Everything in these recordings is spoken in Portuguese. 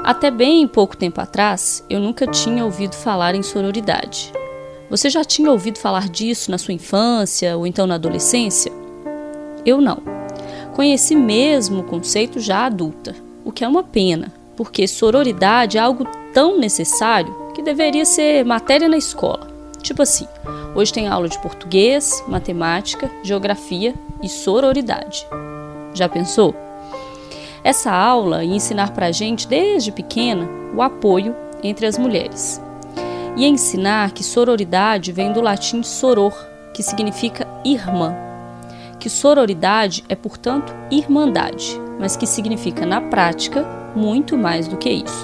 Até bem pouco tempo atrás, eu nunca tinha ouvido falar em sororidade. Você já tinha ouvido falar disso na sua infância ou então na adolescência? Eu não. Conheci mesmo o conceito já adulta, o que é uma pena, porque sororidade é algo tão necessário que deveria ser matéria na escola. Tipo assim, hoje tem aula de português, matemática, geografia e sororidade. Já pensou? Essa aula ia ensinar pra gente desde pequena o apoio entre as mulheres. Ia ensinar que sororidade vem do latim soror, que significa irmã. Que sororidade é, portanto, irmandade, mas que significa, na prática, muito mais do que isso.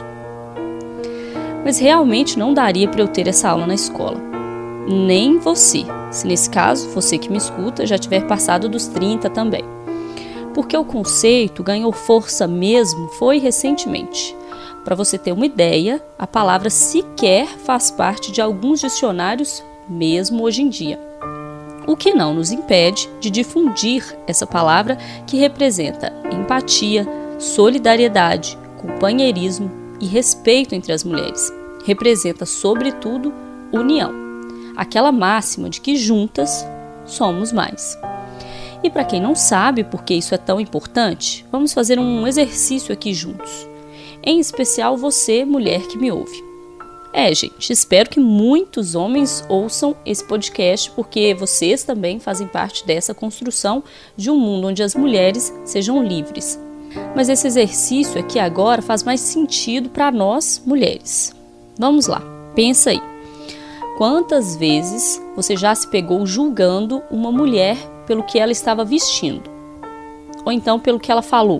Mas realmente não daria para eu ter essa aula na escola. Nem você, se nesse caso, você que me escuta, já tiver passado dos 30 também. Porque o conceito ganhou força mesmo foi recentemente. Para você ter uma ideia, a palavra sequer faz parte de alguns dicionários, mesmo hoje em dia. O que não nos impede de difundir essa palavra que representa empatia, solidariedade, companheirismo e respeito entre as mulheres. Representa, sobretudo, união. Aquela máxima de que juntas somos mais. E para quem não sabe por que isso é tão importante, vamos fazer um exercício aqui juntos. Em especial você, mulher que me ouve. Gente, espero que muitos homens ouçam esse podcast, porque vocês também fazem parte dessa construção de um mundo onde as mulheres sejam livres. Mas esse exercício aqui agora faz mais sentido para nós, mulheres. Vamos lá, pensa aí. Quantas vezes você já se pegou julgando uma mulher pelo que ela estava vestindo? Ou então pelo que ela falou?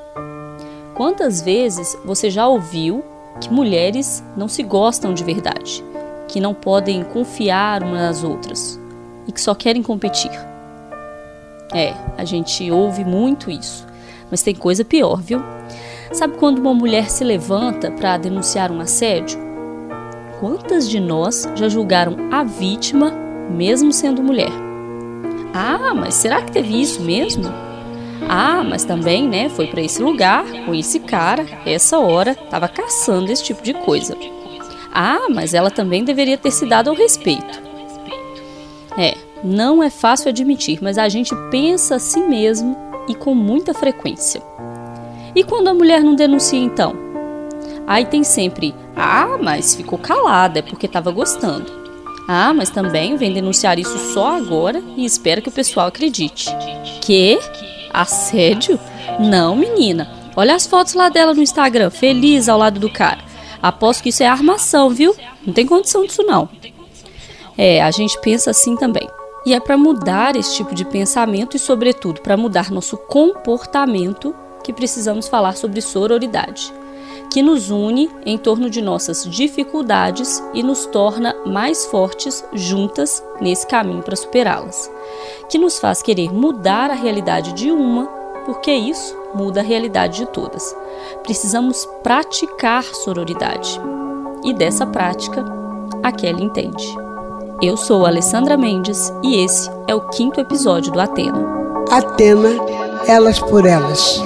Quantas vezes você já ouviu que mulheres não se gostam de verdade, que não podem confiar umas nas outras e que só querem competir? A gente ouve muito isso, mas tem coisa pior, viu? Sabe quando uma mulher se levanta para denunciar um assédio? Quantas de nós já julgaram a vítima, mesmo sendo mulher? Mas será que teve isso mesmo? Mas também, foi para esse lugar, com esse cara, essa hora, estava caçando esse tipo de coisa. Mas ela também deveria ter se dado ao respeito. Não é fácil admitir, mas a gente pensa assim mesmo e com muita frequência. E quando a mulher não denuncia, então? Aí tem sempre, mas ficou calada, é porque estava gostando. Mas também vem denunciar isso só agora e espera que o pessoal acredite. Que? Assédio? Não, menina. Olha as fotos lá dela no Instagram, feliz ao lado do cara. Aposto que isso é armação, viu? Não tem condição disso não. A gente pensa assim também. E é para mudar esse tipo de pensamento e, sobretudo, para mudar nosso comportamento que precisamos falar sobre sororidade, que nos une em torno de nossas dificuldades e nos torna mais fortes juntas nesse caminho para superá-las, que nos faz querer mudar a realidade de uma, porque isso muda a realidade de todas. Precisamos praticar sororidade. E dessa prática, a Kelly entende. Eu sou a Alessandra Mendes e esse é o 5º episódio do Atena. Atena, elas por elas.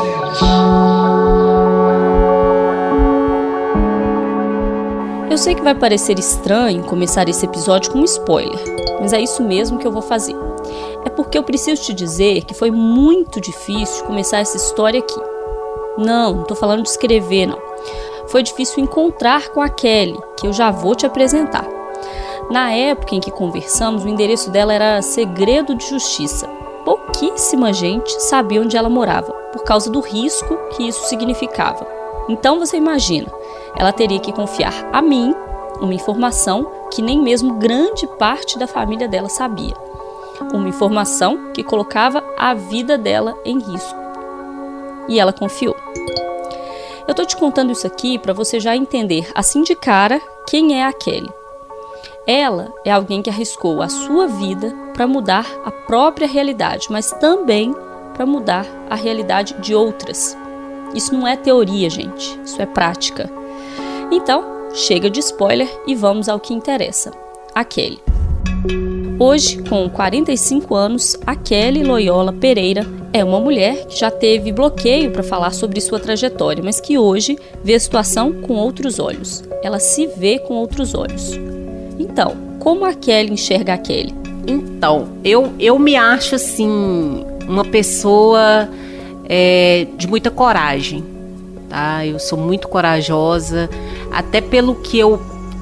Eu sei que vai parecer estranho começar esse episódio com um spoiler, mas é isso mesmo que eu vou fazer. É porque eu preciso te dizer que foi muito difícil começar essa história aqui. Não estou falando de escrever, não. Foi difícil encontrar com a Kelly, que eu já vou te apresentar. Na época em que conversamos, o endereço dela era segredo de justiça. Pouquíssima gente sabia onde ela morava, por causa do risco que isso significava. Então você imagina, ela teria que confiar a mim uma informação que nem mesmo grande parte da família dela sabia. Uma informação que colocava a vida dela em risco. E ela confiou. Eu estou te contando isso aqui para você já entender, assim de cara, quem é a Kelly. Ela é alguém que arriscou a sua vida para mudar a própria realidade, mas também para mudar a realidade de outras. Isso não é teoria, gente. Isso é prática. Então, chega de spoiler e vamos ao que interessa. A Kelly. Hoje, com 45 anos, a Kelly Loyola Pereira É uma mulher que já teve bloqueio para falar sobre sua trajetória, mas que hoje vê a situação com outros olhos. Ela se vê com outros olhos. Então, como a Kelly enxerga a Kelly? Então, eu me acho assim, uma pessoa de muita coragem, tá? Eu sou muito corajosa, até pelo que eu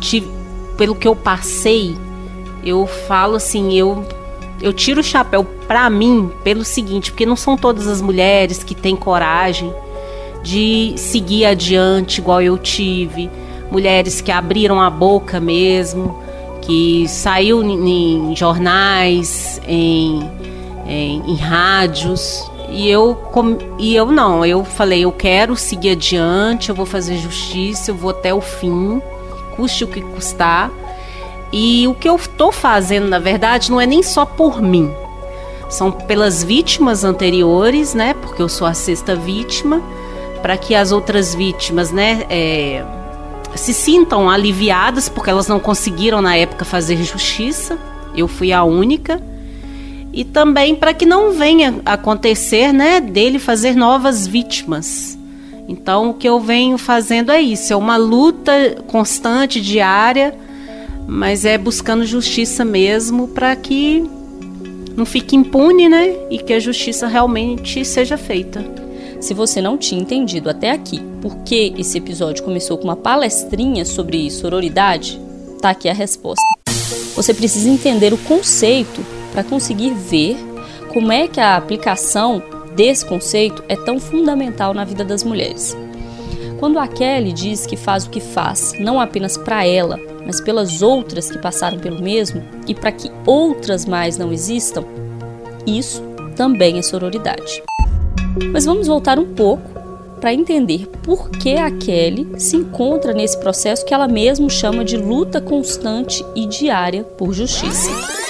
passei, eu falo assim, eu tiro o chapéu pra mim pelo seguinte, porque não são todas as mulheres que têm coragem de seguir adiante igual eu tive, mulheres que abriram a boca mesmo, que saiu em jornais, em rádios, e eu não, eu falei, eu quero seguir adiante, eu vou fazer justiça, eu vou até o fim, custe o que custar. E o que eu estou fazendo, na verdade, não é nem só por mim. São pelas vítimas anteriores, né? Porque eu sou a 6ª vítima, para que as outras vítimas, né, se sintam aliviadas, porque elas não conseguiram na época fazer justiça. Eu fui a única. E também para que não venha acontecer, né, dele fazer novas vítimas. Então, o que eu venho fazendo é isso, é uma luta constante, diária, mas é buscando justiça mesmo para que não fique impune, né? E que a justiça realmente seja feita. Se você não tinha entendido até aqui por que esse episódio começou com uma palestrinha sobre sororidade, tá aqui a resposta. Você precisa entender o conceito para conseguir ver como é que a aplicação desse conceito é tão fundamental na vida das mulheres. Quando a Kelly diz que faz o que faz, não apenas para ela, mas pelas outras que passaram pelo mesmo e para que outras mais não existam, isso também é sororidade. Mas vamos voltar um pouco para entender por que a Kelly se encontra nesse processo que ela mesma chama de luta constante e diária por justiça.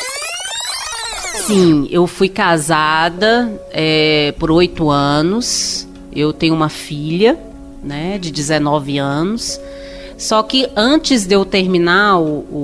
Sim, eu fui casada por 8 anos, eu tenho uma filha, né, de 19 anos. Só que antes de eu terminar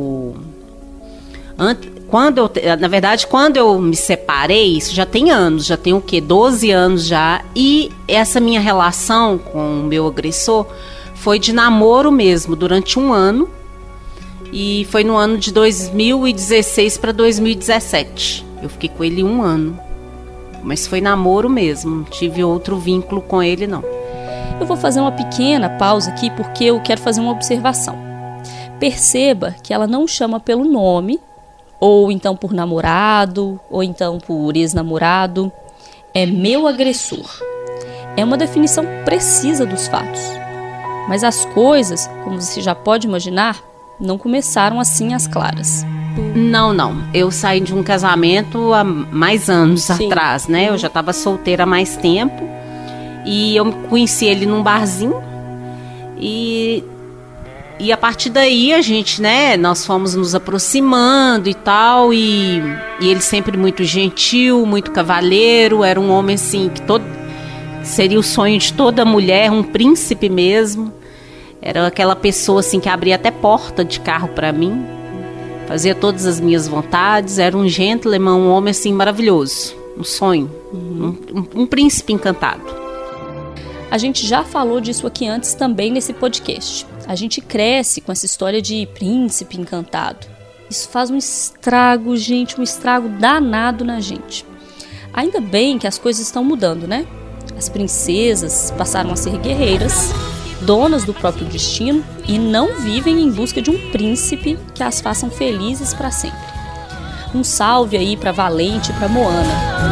quando eu me separei, isso já tem anos, já tem 12 anos já, e essa minha relação com o meu agressor foi de namoro mesmo, durante 1 ano, e foi no ano de 2016 para 2017. Eu fiquei com ele 1 ano, mas foi namoro mesmo, não tive outro vínculo com ele não. Eu vou fazer uma pequena pausa aqui porque eu quero fazer uma observação. Perceba que ela não chama pelo nome, ou então por namorado, ou então por ex-namorado. É meu agressor. É uma definição precisa dos fatos. Mas as coisas, como você já pode imaginar, não começaram assim às claras. Não. Eu saí de um casamento há mais anos atrás, né? Eu já estava solteira há mais tempo. E eu conheci ele num barzinho e a partir daí a gente, né, nós fomos nos aproximando e tal, e ele sempre muito gentil, muito cavalheiro, era um homem assim, que seria o sonho de toda mulher, um príncipe mesmo, era aquela pessoa assim que abria até porta de carro para mim, fazia todas as minhas vontades, era um gentleman, um homem assim maravilhoso, um sonho, um príncipe encantado. A gente já falou disso aqui antes também nesse podcast. A gente cresce com essa história de príncipe encantado. Isso faz um estrago, gente, um estrago danado na gente. Ainda bem que as coisas estão mudando, né? As princesas passaram a ser guerreiras, donas do próprio destino e não vivem em busca de um príncipe que as façam felizes para sempre. Um salve aí para Valente e para Moana.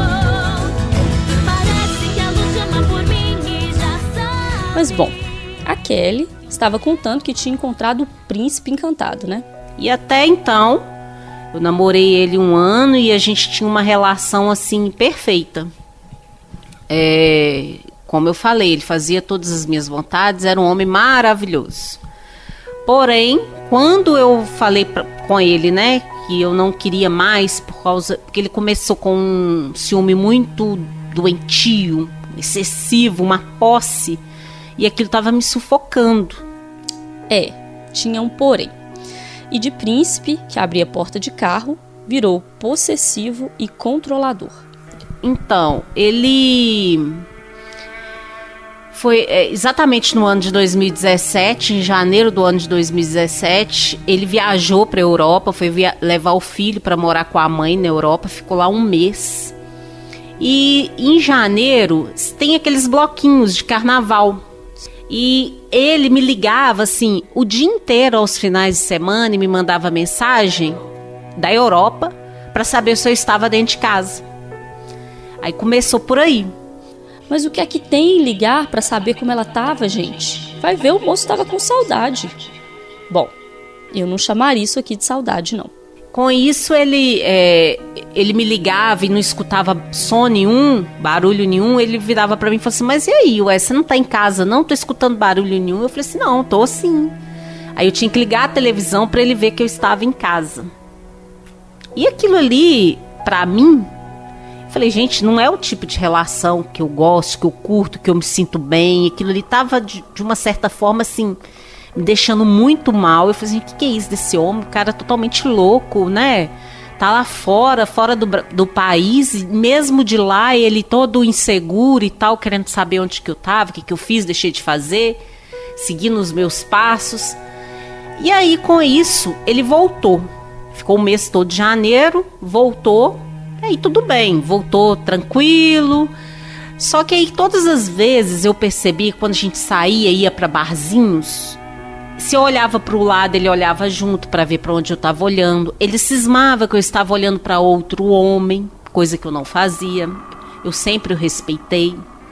Mas bom, a Kelly estava contando que tinha encontrado o príncipe encantado, né? E até então, eu namorei ele 1 ano e a gente tinha uma relação assim perfeita. Como eu falei, ele fazia todas as minhas vontades, era um homem maravilhoso. Porém, quando eu falei com ele, né, que eu não queria mais porque ele começou com um ciúme muito doentio, excessivo, uma posse. E aquilo estava me sufocando. Tinha um porém. E de príncipe, que abria porta de carro, virou possessivo e controlador. Então, ele foi exatamente no ano de 2017, em janeiro do ano de 2017, ele viajou para a Europa, foi levar o filho para morar com a mãe na Europa, ficou lá um mês. E em janeiro tem aqueles bloquinhos de carnaval. E ele me ligava assim o dia inteiro aos finais de semana e me mandava mensagem da Europa para saber se eu estava dentro de casa. Aí começou por aí. Mas o que é que tem em ligar para saber como ela estava, gente? Vai ver, o moço estava com saudade. Bom, eu não chamaria isso aqui de saudade, não. Com isso, ele me ligava e não escutava som nenhum, barulho nenhum. Ele virava para mim e falou assim, mas e aí, você não tá em casa não? Tô escutando barulho nenhum. Eu falei assim, não, tô sim. Aí eu tinha que ligar a televisão para ele ver que eu estava em casa. E aquilo ali, para mim, eu falei, gente, não é o tipo de relação que eu gosto, que eu curto, que eu me sinto bem. Aquilo ali tava de uma certa forma assim, me deixando muito mal. Eu falei assim, o que é isso desse homem? O cara é totalmente louco, né? Tá lá fora do país, e mesmo de lá ele todo inseguro e tal, querendo saber onde que eu tava, o que eu fiz, deixei de fazer, seguindo os meus passos. E aí com isso ele voltou, ficou o mês todo de janeiro, voltou, e aí tudo bem, voltou tranquilo. Só que aí todas as vezes eu percebi que quando a gente saía, ia para barzinhos, se eu olhava para o lado, ele olhava junto para ver para onde eu estava olhando. Ele cismava que eu estava olhando para outro homem, coisa que eu não fazia. Eu sempre o respeitei.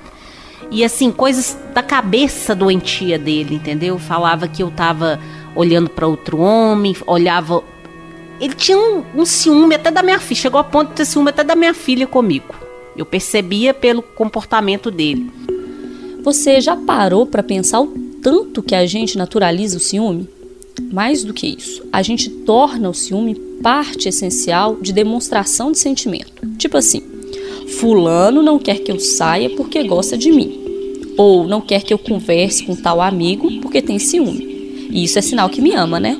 E assim, coisas da cabeça doentia dele, entendeu? Falava que eu estava olhando para outro homem, olhava... Ele tinha um ciúme até da minha filha, chegou a ponto de ter ciúme até da minha filha comigo. Eu percebia pelo comportamento dele. Você já parou para pensar o tanto que a gente naturaliza o ciúme? Mais do que isso, a gente torna o ciúme parte essencial de demonstração de sentimento. Tipo assim, fulano não quer que eu saia porque gosta de mim. Ou não quer que eu converse com tal amigo porque tem ciúme. E isso é sinal que me ama, né?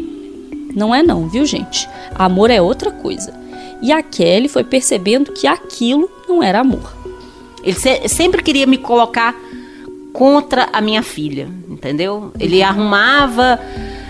Não é não, viu, gente? Amor é outra coisa. E a Kelly foi percebendo que aquilo não era amor. Ele sempre queria me colocar contra a minha filha, entendeu? Ele arrumava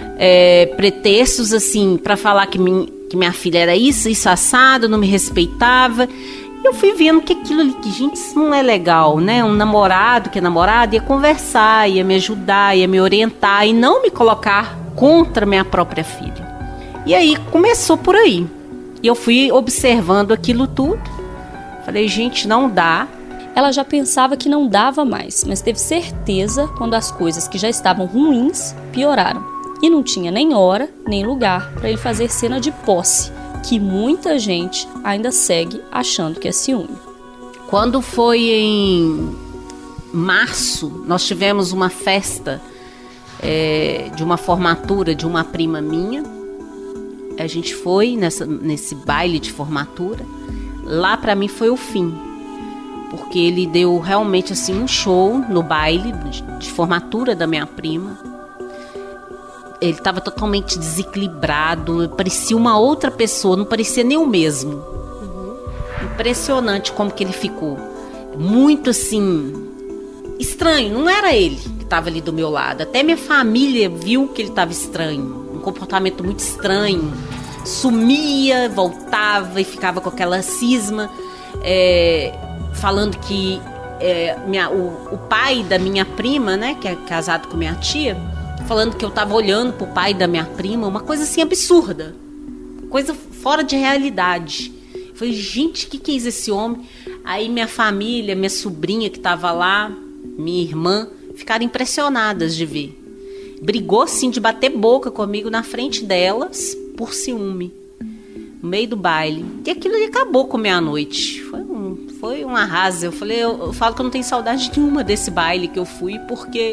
pretextos assim para falar que minha filha era isso assado, não me respeitava. E eu fui vendo que aquilo ali, que gente, isso não é legal, né? Um namorado que é namorado ia conversar, ia me ajudar, ia me orientar e não me colocar contra minha própria filha. E aí começou por aí. E eu fui observando aquilo tudo. Falei, gente, não dá. Ela já pensava que não dava mais, mas teve certeza quando as coisas que já estavam ruins pioraram. E não tinha nem hora, nem lugar para ele fazer cena de posse, que muita gente ainda segue achando que é ciúme. Quando foi em março, nós tivemos uma festa de uma formatura de uma prima minha. A gente foi nesse baile de formatura. Lá para mim foi o fim. Porque ele deu realmente assim um show no baile de formatura da minha prima. Ele estava totalmente desequilibrado, parecia uma outra pessoa, não parecia nem o mesmo. Impressionante como que ele ficou. Muito assim, estranho, não era ele que estava ali do meu lado. Até minha família viu que ele estava estranho, um comportamento muito estranho. Sumia, voltava e ficava com aquela cisma, falando que o pai da minha prima, né, que é casado com minha tia, falando que eu tava olhando pro pai da minha prima, uma coisa assim absurda, coisa fora de realidade. Eu falei, gente, que é isso esse homem? Aí minha família, minha sobrinha que tava lá, minha irmã, ficaram impressionadas de ver. Brigou assim de bater boca comigo na frente delas por ciúme, no meio do baile. E aquilo ali acabou com a minha noite. Foi um arraso. Eu falei, eu falo que eu não tenho saudade nenhuma desse baile que eu fui, porque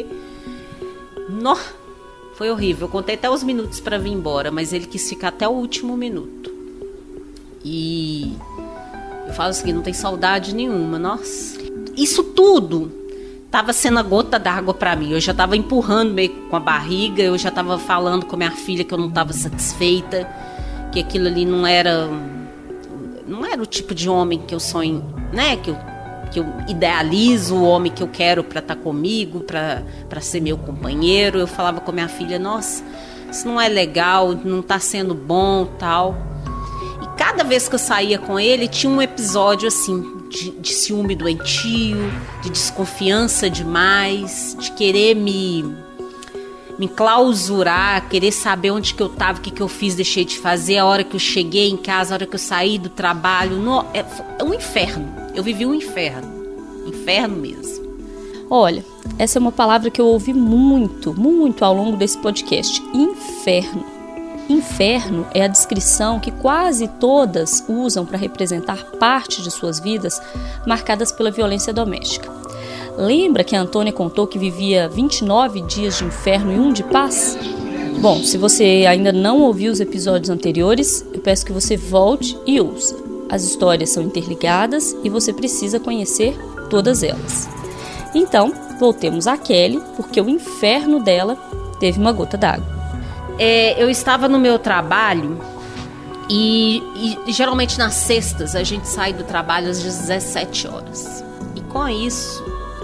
foi horrível. Eu contei até os minutos para vir embora, mas ele quis ficar até o último minuto. E eu falo assim, não tem saudade nenhuma. Nossa, isso tudo tava sendo a gota d'água para mim. Eu já tava empurrando meio com a barriga, eu já tava falando com minha filha que eu não tava satisfeita, que aquilo ali não era não era o tipo de homem que eu sonho, né? Que eu idealizo, o homem que eu quero para estar comigo, para ser meu companheiro. Eu falava com a minha filha, nossa, isso não é legal, não tá sendo bom, tal. E cada vez que eu saía com ele, tinha um episódio assim, de ciúme doentio, de desconfiança demais, de querer me clausurar, querer saber onde que eu tava, o que eu fiz, deixei de fazer, a hora que eu cheguei em casa, a hora que eu saí do trabalho. É um inferno. Eu vivi um inferno. Inferno mesmo. Olha, essa é uma palavra que eu ouvi muito, muito ao longo desse podcast. Inferno. Inferno é a descrição que quase todas usam para representar parte de suas vidas marcadas pela violência doméstica. Lembra que a Antônia contou que vivia 29 dias de inferno e 1 de paz? Bom, se você ainda não ouviu os episódios anteriores, eu peço que você volte e ouça. As histórias são interligadas e você precisa conhecer todas elas. Então, voltemos a Kelly, porque o inferno dela teve uma gota d'água. Eu estava no meu trabalho e geralmente nas sextas a gente sai do trabalho às 17 horas. E com isso,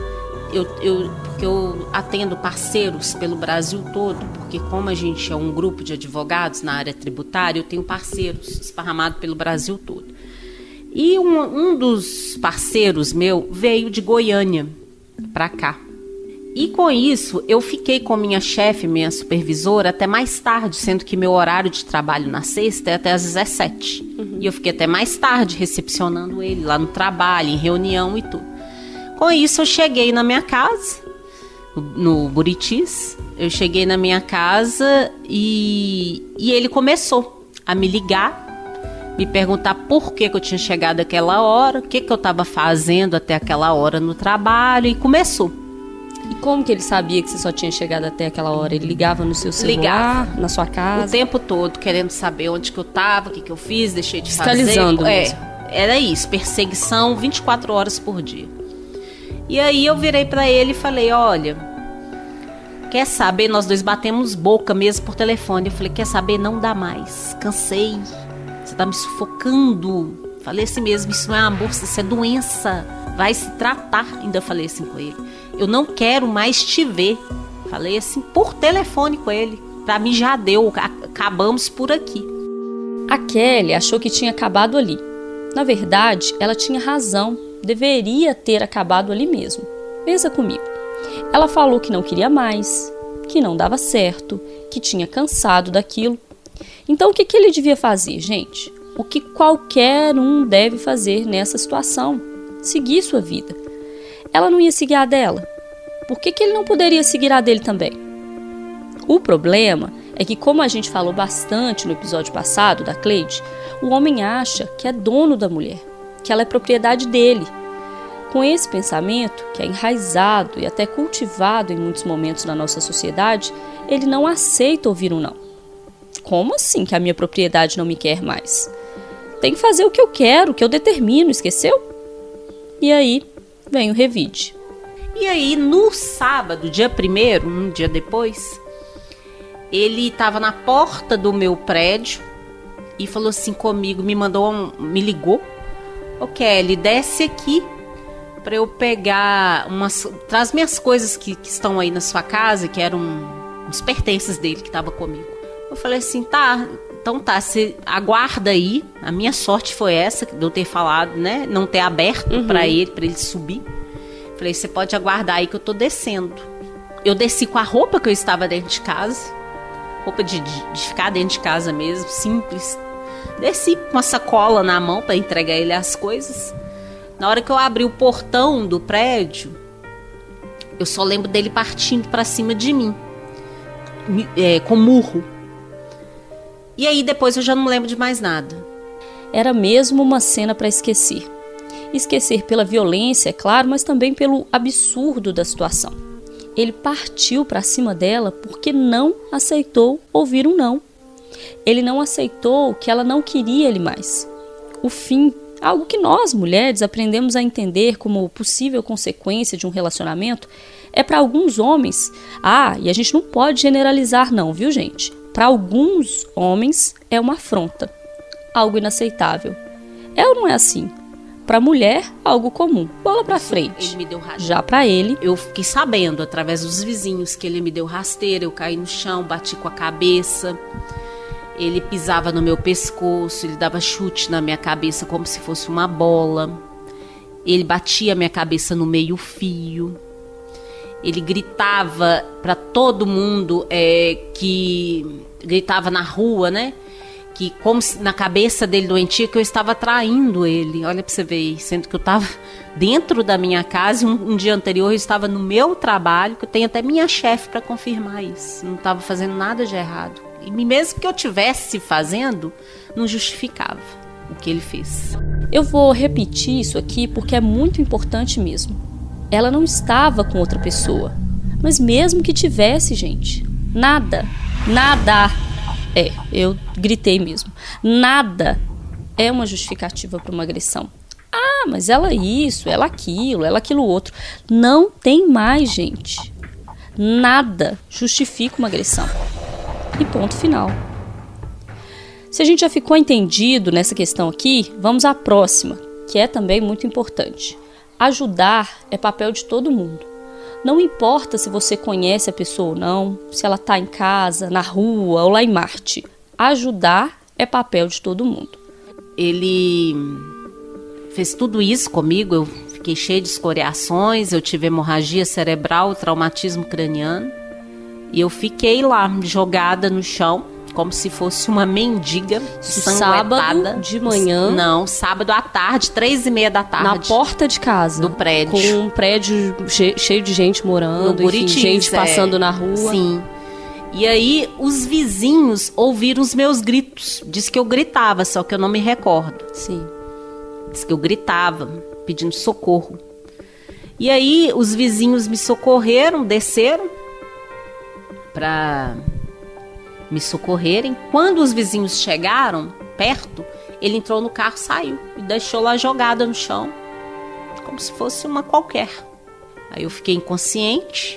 eu atendo parceiros pelo Brasil todo, porque como a gente é um grupo de advogados na área tributária, eu tenho parceiros esparramados pelo Brasil todo. E um dos parceiros meu veio de Goiânia para cá. E com isso, eu fiquei com minha chefe, minha supervisora, até mais tarde, sendo que meu horário de trabalho na sexta é até às 17. E eu fiquei até mais tarde recepcionando ele lá no trabalho, em reunião e tudo. Com isso, eu cheguei na minha casa, no Buritis. Eu cheguei na minha casa e ele começou a me ligar, me perguntar por que eu tinha chegado àquela hora, o que eu estava fazendo até aquela hora no trabalho, e começou. E como que ele sabia que você só tinha chegado até aquela hora? Ele ligava no seu celular, na sua casa? O tempo todo, querendo saber onde que eu estava, o que eu fiz, deixei de fazer. Fiscalizando mesmo. Era isso, perseguição 24 horas por dia. E aí eu virei pra ele e falei, olha, quer saber, nós dois batemos boca mesmo por telefone. Eu falei, quer saber, não dá mais, cansei, você tá me sufocando. Falei assim mesmo, isso não é amor, isso é doença, vai se tratar. Ainda falei assim com ele, eu não quero mais te ver. Falei assim por telefone com ele, pra mim já deu, acabamos por aqui. A Kelly achou que tinha acabado ali. Na verdade, ela tinha razão. Deveria ter acabado ali mesmo. Pensa comigo. Ela falou que não queria mais, que não dava certo, que tinha cansado daquilo. Então o que ele devia fazer, gente? O que qualquer um deve fazer nessa situação. Seguir sua vida. Ela não ia seguir a dela. Por que ele não poderia seguir a dele também? O problema é que, como a gente falou bastante no episódio passado da Cleide, o homem acha que é dono da mulher, que ela é propriedade dele. Com esse pensamento, que é enraizado e até cultivado em muitos momentos na nossa sociedade, ele não aceita ouvir um não. Como assim que a minha propriedade não me quer mais? Tem que fazer o que eu quero, o que eu determino, esqueceu? E aí vem o revide. E aí no sábado, dia 1º, um dia depois, ele estava na porta do meu prédio e falou assim comigo, me ligou. Ô Kelly, desce aqui para eu pegar traz minhas coisas que estão aí na sua casa, que eram uns pertences dele que estava comigo. Eu falei assim, tá, então tá, você aguarda aí. A minha sorte foi essa, de eu ter falado, né, não ter aberto para ele subir. Falei, você pode aguardar aí que eu tô descendo. Eu desci com a roupa que eu estava dentro de casa, roupa de ficar dentro de casa mesmo, simples. Desci com uma sacola na mão para entregar ele as coisas. Na hora que eu abri o portão do prédio, eu só lembro dele partindo para cima de mim, com murro. E aí depois eu já não lembro de mais nada. Era mesmo uma cena para esquecer. Esquecer pela violência, é claro, mas também pelo absurdo da situação. Ele partiu para cima dela porque não aceitou ouvir um não. Ele não aceitou que ela não queria ele mais. O fim, algo que nós, mulheres, aprendemos a entender como possível consequência de um relacionamento, é para alguns homens. E a gente não pode generalizar não, viu, gente? Para alguns homens é uma afronta, algo inaceitável. É ou não é assim? Para mulher, algo comum, bola para frente. Ele me deu rasteira. Já para ele, eu fiquei sabendo através dos vizinhos que ele me deu rasteira, eu caí no chão, bati com a cabeça. Ele pisava no meu pescoço, ele dava chute na minha cabeça como se fosse uma bola. Ele batia a minha cabeça no meio-fio. Ele gritava para todo mundo, que gritava na rua, né? Que como se, na cabeça dele doentia, que eu estava traindo ele. Olha para você ver, sendo que eu estava dentro da minha casa. Um dia anterior eu estava no meu trabalho, que eu tenho até minha chefe para confirmar isso. Não estava fazendo nada de errado. E mesmo que eu estivesse fazendo, não justificava o que ele fez. Eu vou repetir isso aqui porque é muito importante mesmo. Ela não estava com outra pessoa. Mas mesmo que tivesse, gente, nada, eu gritei mesmo. Nada é uma justificativa para uma agressão. Ah, mas ela isso, ela aquilo outro. Não tem mais, gente. Nada justifica uma agressão. E ponto final. Se a gente já ficou entendido nessa questão aqui, vamos à próxima, que é também muito importante. Ajudar é papel de todo mundo. Não importa se você conhece a pessoa ou não, se ela está em casa, na rua ou lá em Marte. Ajudar é papel de todo mundo. Ele fez tudo isso comigo, eu fiquei cheia de escoriações, eu tive hemorragia cerebral, traumatismo craniano. E eu fiquei lá, jogada no chão, como se fosse uma mendiga, sanguentada. Sábado de manhã? Não, sábado à tarde, 3h30 da tarde. Na porta de casa? Do prédio. Com um prédio cheio de gente morando, enfim, gente passando na rua. Sim. E aí, os vizinhos ouviram os meus gritos. Diz que eu gritava, só que eu não me recordo. Sim. Diz que eu gritava, pedindo socorro. E aí, os vizinhos me socorreram, desceram para me socorrerem. Quando os vizinhos chegaram perto, ele entrou no carro, saiu e deixou lá jogada no chão, como se fosse uma qualquer. Aí eu fiquei inconsciente.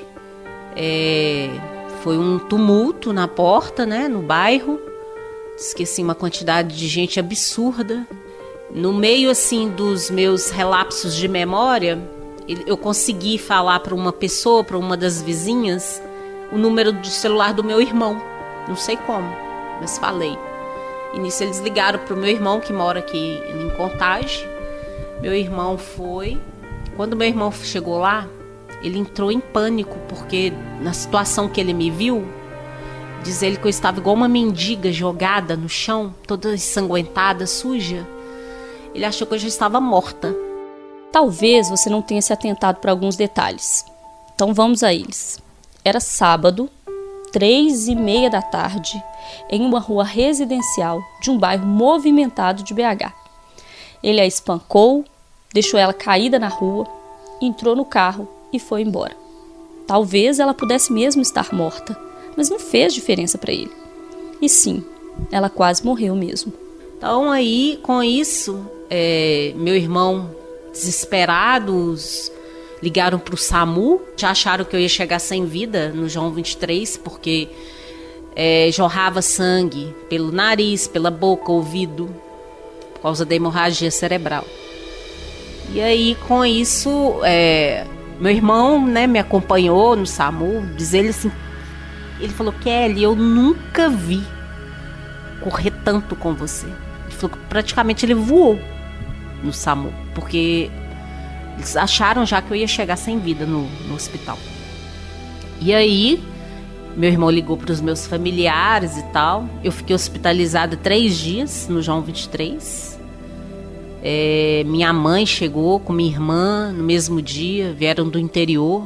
Foi um tumulto na porta, né, no bairro. Esqueci uma quantidade de gente absurda. No meio assim dos meus relapsos de memória, eu consegui falar para uma pessoa, para uma das vizinhas, o número de celular do meu irmão. Não sei como, mas falei. E nisso eles ligaram para o meu irmão, que mora aqui em Contagem. Meu irmão foi. Quando meu irmão chegou lá, ele entrou em pânico, porque na situação que ele me viu, diz ele que eu estava igual uma mendiga jogada no chão, toda ensanguentada, suja. Ele achou que eu já estava morta. Talvez você não tenha se atentado para alguns detalhes. Então vamos a eles. Era sábado, 3h30 da tarde, em uma rua residencial de um bairro movimentado de BH. Ele a espancou, deixou ela caída na rua, entrou no carro e foi embora. Talvez ela pudesse mesmo estar morta, mas não fez diferença para ele. E sim, ela quase morreu mesmo. Então aí, com isso, meu irmão, desesperados, ligaram para o SAMU. Já acharam que eu ia chegar sem vida no João 23, porque jorrava sangue pelo nariz, pela boca, ouvido, por causa da hemorragia cerebral. E aí, com isso, meu irmão, né, me acompanhou no SAMU. Diz ele assim, ele falou: Kelly, eu nunca vi correr tanto com você. Ele falou que praticamente ele voou no SAMU, porque eles acharam já que eu ia chegar sem vida no hospital. E aí, meu irmão ligou para os meus familiares e tal. Eu fiquei hospitalizada 3 dias no João 23. Minha mãe chegou com minha irmã no mesmo dia, vieram do interior.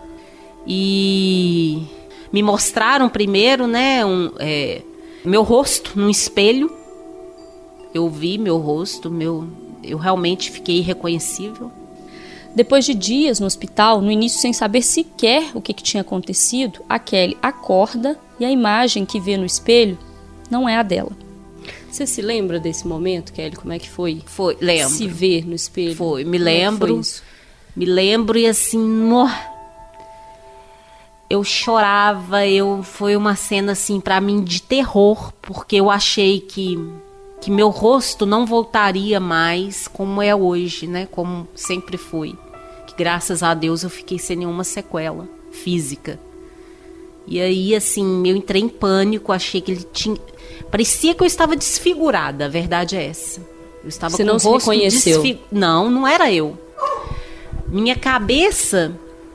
E me mostraram primeiro, né, meu rosto num espelho. Eu vi meu rosto, eu realmente fiquei irreconhecível. Depois de dias no hospital, no início sem saber sequer o que tinha acontecido, a Kelly acorda e a imagem que vê no espelho não é a dela. Você se lembra desse momento, Kelly? Como é que foi? Foi, lembro. Se ver no espelho? Foi, me lembro. Me lembro e assim, eu chorava, foi uma cena assim pra mim de terror, porque eu achei que que meu rosto não voltaria mais como é hoje, né? Como sempre foi. Que graças a Deus eu fiquei sem nenhuma sequela física. E aí, assim, eu entrei em pânico, achei que ele tinha... Parecia que eu estava desfigurada, a verdade é essa. Eu estava Você com não o se rosto reconheceu? Não era eu. Minha cabeça,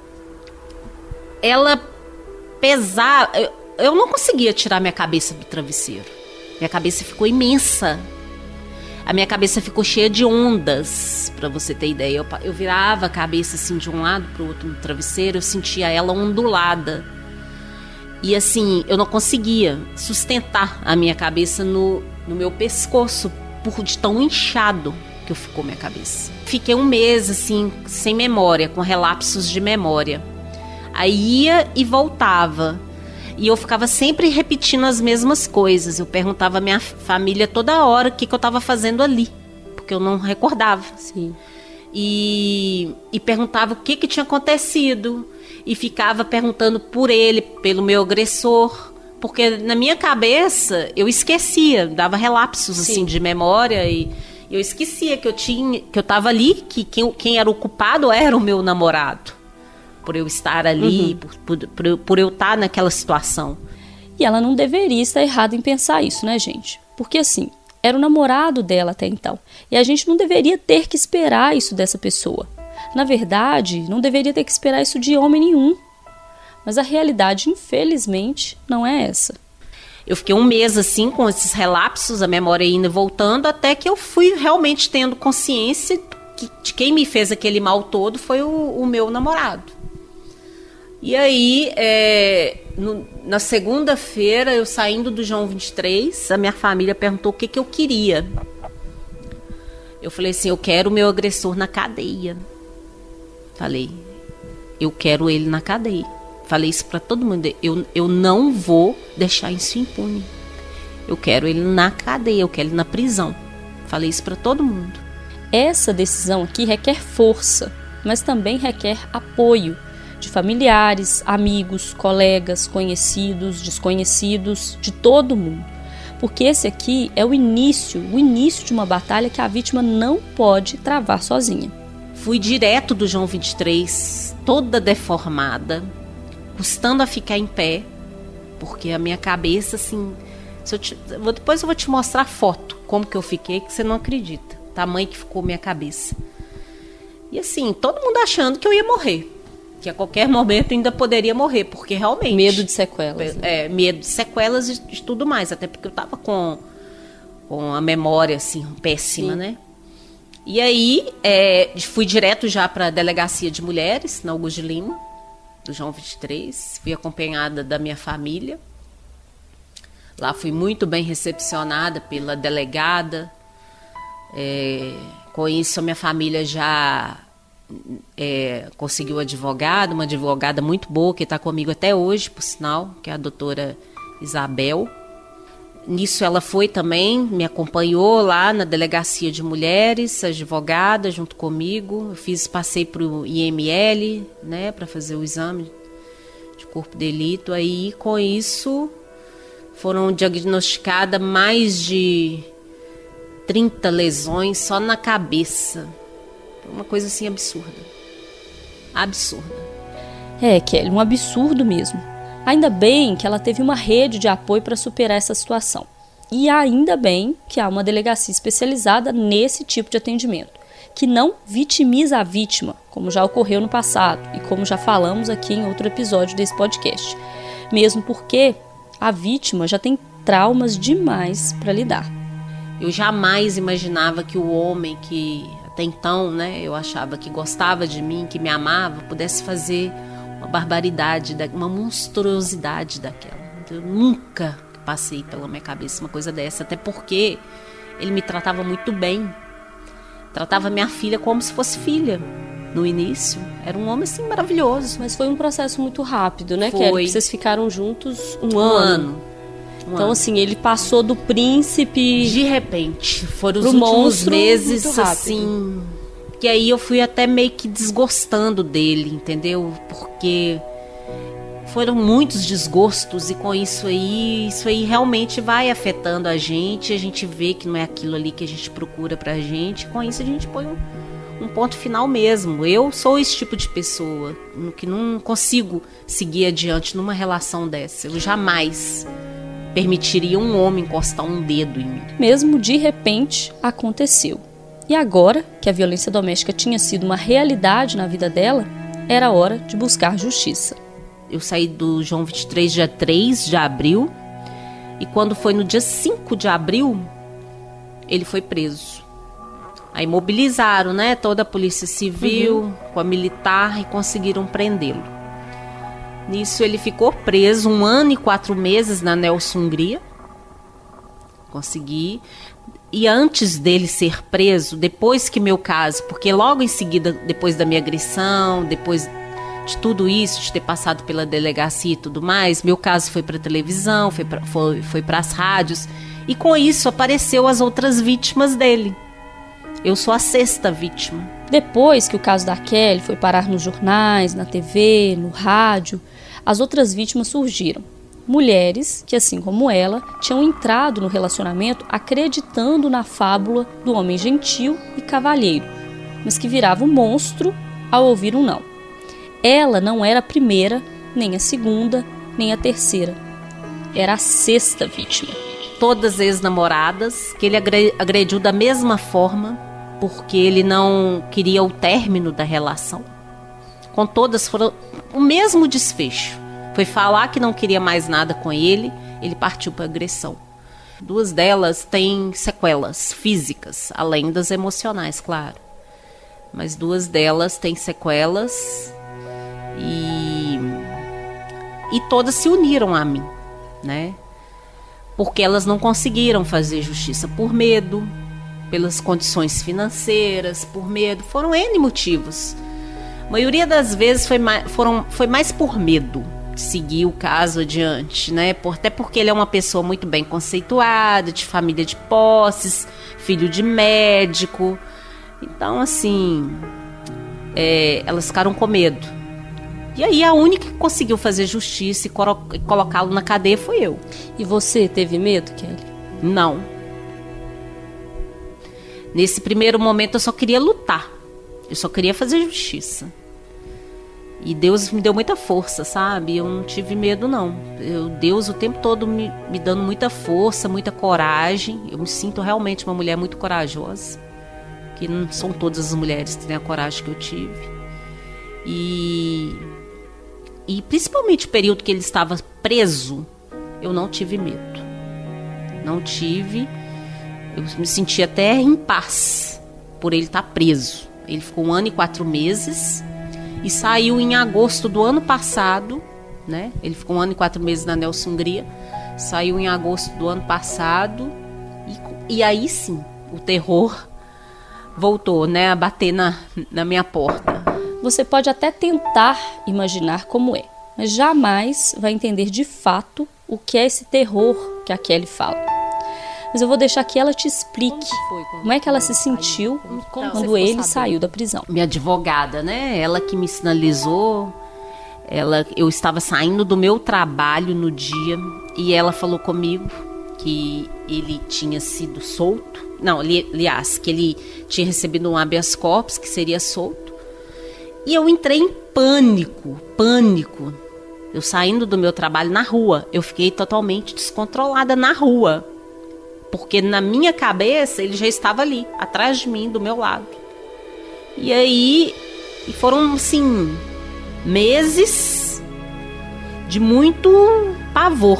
ela pesava... Eu não conseguia tirar minha cabeça do travesseiro. Minha cabeça ficou imensa. A minha cabeça ficou cheia de ondas, pra você ter ideia. Eu virava a cabeça assim de um lado pro outro no travesseiro, eu sentia ela ondulada. E assim, eu não conseguia sustentar a minha cabeça no meu pescoço, por de tão inchado que ficou minha cabeça. Fiquei um mês assim, sem memória, com relapsos de memória. Aí ia e voltava. E eu ficava sempre repetindo as mesmas coisas. Eu perguntava à minha família toda hora o que eu estava fazendo ali, porque eu não recordava. Sim. E perguntava o que tinha acontecido. E ficava perguntando por ele, pelo meu agressor. Porque na minha cabeça eu esquecia, dava relapsos assim, de memória. E eu esquecia que eu estava ali, que quem era o culpado era o meu namorado. Por eu estar ali, por eu estar naquela situação. E ela não deveria estar errada em pensar isso, né, gente? Porque assim, era o namorado dela até então. E a gente não deveria ter que esperar isso dessa pessoa. Na verdade, não deveria ter que esperar isso de homem nenhum. Mas a realidade, infelizmente, não é essa. Eu fiquei um mês assim, com esses relapsos, a memória indo e voltando, até que eu fui realmente tendo consciência que de quem me fez aquele mal todo foi o meu namorado. E aí, na segunda-feira, eu saindo do João 23, a minha família perguntou o que eu queria. Eu falei assim, eu quero o meu agressor na cadeia. Falei, eu quero ele na cadeia. Falei isso pra todo mundo, eu não vou deixar isso impune. Eu quero ele na cadeia, eu quero ele na prisão. Falei isso pra todo mundo. Essa decisão aqui requer força, mas também requer apoio de familiares, amigos, colegas, conhecidos, desconhecidos, de todo mundo. Porque esse aqui é o início de uma batalha que a vítima não pode travar sozinha. Fui direto do João 23, toda deformada, custando a ficar em pé, porque a minha cabeça, assim... depois eu vou te mostrar a foto, como que eu fiquei, que você não acredita. O tamanho que ficou minha cabeça. E assim, todo mundo achando que eu ia morrer. Que a qualquer momento ainda poderia morrer, porque realmente... Medo de sequelas. Né? Medo de sequelas e de tudo mais, até porque eu tava com a memória, assim, péssima, né? E aí, fui direto já para a Delegacia de Mulheres, na Augusto de Lima, do João 23, fui acompanhada da minha família. Lá fui muito bem recepcionada pela delegada, com isso a minha família já... conseguiu uma advogada muito boa, que está comigo até hoje, por sinal, que é a doutora Isabel. Nisso ela foi também, me acompanhou lá na Delegacia de Mulheres, advogada, junto comigo. Eu passei para o IML, né, para fazer o exame de corpo de delito. Aí, com isso, foram diagnosticadas mais de 30 lesões só na cabeça. Uma coisa assim absurda. Absurda. Kelly, um absurdo mesmo. Ainda bem que ela teve uma rede de apoio para superar essa situação. E ainda bem que há uma delegacia especializada nesse tipo de atendimento, que não vitimiza a vítima, como já ocorreu no passado e como já falamos aqui em outro episódio desse podcast. Mesmo porque a vítima já tem traumas demais para lidar. Eu jamais imaginava que o homem que... até então, né, eu achava que gostava de mim, que me amava, pudesse fazer uma barbaridade, uma monstruosidade daquela. Eu nunca passei pela minha cabeça uma coisa dessa, até porque ele me tratava muito bem. Tratava minha filha como se fosse filha. No início, era um homem assim maravilhoso. Mas foi um processo muito rápido, né, foi. Kelly? Vocês ficaram juntos um ano. Então, assim, ele passou do príncipe... De repente. Foram os últimos meses, assim... Que aí eu fui até meio que desgostando dele, entendeu? Porque foram muitos desgostos, e com isso aí realmente vai afetando a gente vê que não é aquilo ali que a gente procura pra gente, com isso a gente põe um ponto final mesmo. Eu sou esse tipo de pessoa que não consigo seguir adiante numa relação dessa. Eu jamais permitiria um homem encostar um dedo em mim. Mesmo de repente, aconteceu. E agora, que a violência doméstica tinha sido uma realidade na vida dela, era hora de buscar justiça. Eu saí do João 23 dia 3 de abril, e quando foi no dia 5 de abril, ele foi preso. Aí mobilizaram, né, toda a polícia civil, com a militar, e conseguiram prendê-lo. Nisso ele ficou preso 1 ano e 4 meses na Nelson Hungria. Consegui. E antes dele ser preso, depois que meu caso, porque logo em seguida, depois da minha agressão, depois de tudo isso, de ter passado pela delegacia e tudo mais, meu caso foi para televisão, foi para as rádios, e com isso apareceu as outras vítimas dele. Eu sou a 6ª vítima. Depois que o caso da Kelly foi parar nos jornais, na TV, no rádio, as outras vítimas surgiram. Mulheres que, assim como ela, tinham entrado no relacionamento acreditando na fábula do homem gentil e cavalheiro, mas que virava um monstro ao ouvir um não. Ela não era a primeira, nem a segunda, nem a terceira. Era a 6ª vítima. Todas ex-namoradas que ele agrediu da mesma forma, porque ele não queria o término da relação. Com todas foram o mesmo desfecho. Foi falar que não queria mais nada com ele, ele partiu para agressão. 2 delas têm sequelas físicas, além das emocionais, claro. Mas 2 delas têm sequelas e todas se uniram a mim, né? Porque elas não conseguiram fazer justiça por medo, pelas condições financeiras, por medo. Foram N motivos. A maioria das vezes foi mais por medo de seguir o caso adiante, né? Até porque ele é uma pessoa muito bem conceituada, de família de posses, filho de médico. Então, assim, elas ficaram com medo. E aí a única que conseguiu fazer justiça e colocá-lo na cadeia foi eu. E você teve medo, Kelly? Não. Nesse primeiro momento eu só queria lutar. Eu só queria fazer justiça. E Deus me deu muita força, sabe? Eu não tive medo, não. Deus o tempo todo me dando muita força, muita coragem. Eu me sinto realmente uma mulher muito corajosa. Que não são todas as mulheres que têm a coragem que eu tive. E principalmente o período que ele estava preso, eu não tive medo. Não tive. Eu me senti até em paz por ele estar preso. Ele ficou 1 ano e 4 meses e saiu em agosto do ano passado, né? Ele ficou 1 ano e 4 meses na Nelson Hungria, saiu em agosto do ano passado e aí sim, o terror voltou, né, a bater na minha porta. Você pode até tentar imaginar como é, mas jamais vai entender de fato o que é esse terror que a Kelly fala. Mas eu vou deixar que ela te explique como é que ela se sentiu quando ele saiu da prisão. Minha advogada, né? Ela que me sinalizou. Eu estava saindo do meu trabalho no dia e ela falou comigo que ele tinha sido solto. Não, aliás, que ele tinha recebido um habeas corpus, que seria solto. E eu entrei em pânico. Eu saindo do meu trabalho na rua. Eu fiquei totalmente descontrolada na rua. Porque na minha cabeça ele já estava ali, atrás de mim, do meu lado. E aí foram, assim, meses de muito pavor.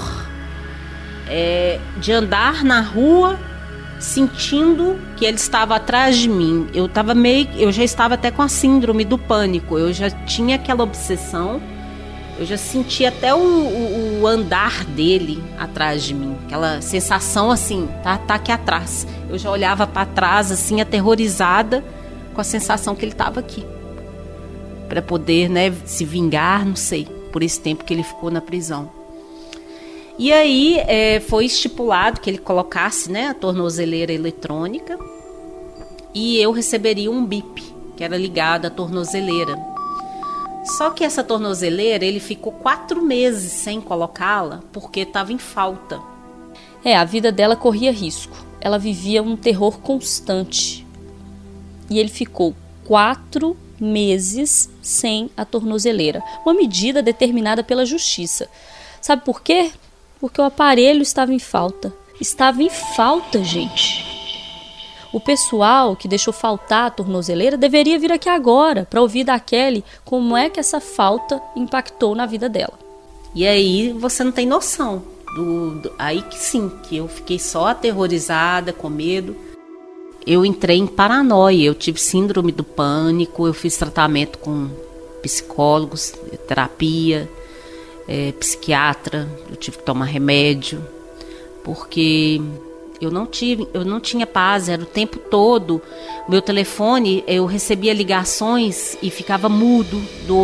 De andar na rua sentindo que ele estava atrás de mim. Eu já estava até com a síndrome do pânico. Eu já tinha aquela obsessão. Eu já senti até o andar dele atrás de mim. Aquela sensação assim, tá aqui atrás. Eu já olhava para trás assim, aterrorizada, com a sensação que ele estava aqui. Para poder, né, se vingar, não sei, por esse tempo que ele ficou na prisão. E aí foi estipulado que ele colocasse, né, a tornozeleira eletrônica e eu receberia um bip, que era ligado à tornozeleira. Só que essa tornozeleira, ele ficou 4 meses sem colocá-la porque estava em falta. A vida dela corria risco. Ela vivia um terror constante. E ele ficou 4 meses sem a tornozeleira. Uma medida determinada pela justiça. Sabe por quê? Porque o aparelho estava em falta. Estava em falta, gente. O pessoal que deixou faltar a tornozeleira deveria vir aqui agora para ouvir da Kelly como é que essa falta impactou na vida dela. E aí você não tem noção. Aí que sim, que eu fiquei só aterrorizada, com medo. Eu entrei em paranoia, eu tive síndrome do pânico, eu fiz tratamento com psicólogos, terapia, psiquiatra, eu tive que tomar remédio, porque eu não tinha paz, era o tempo todo. Meu telefone, eu recebia ligações e ficava mudo do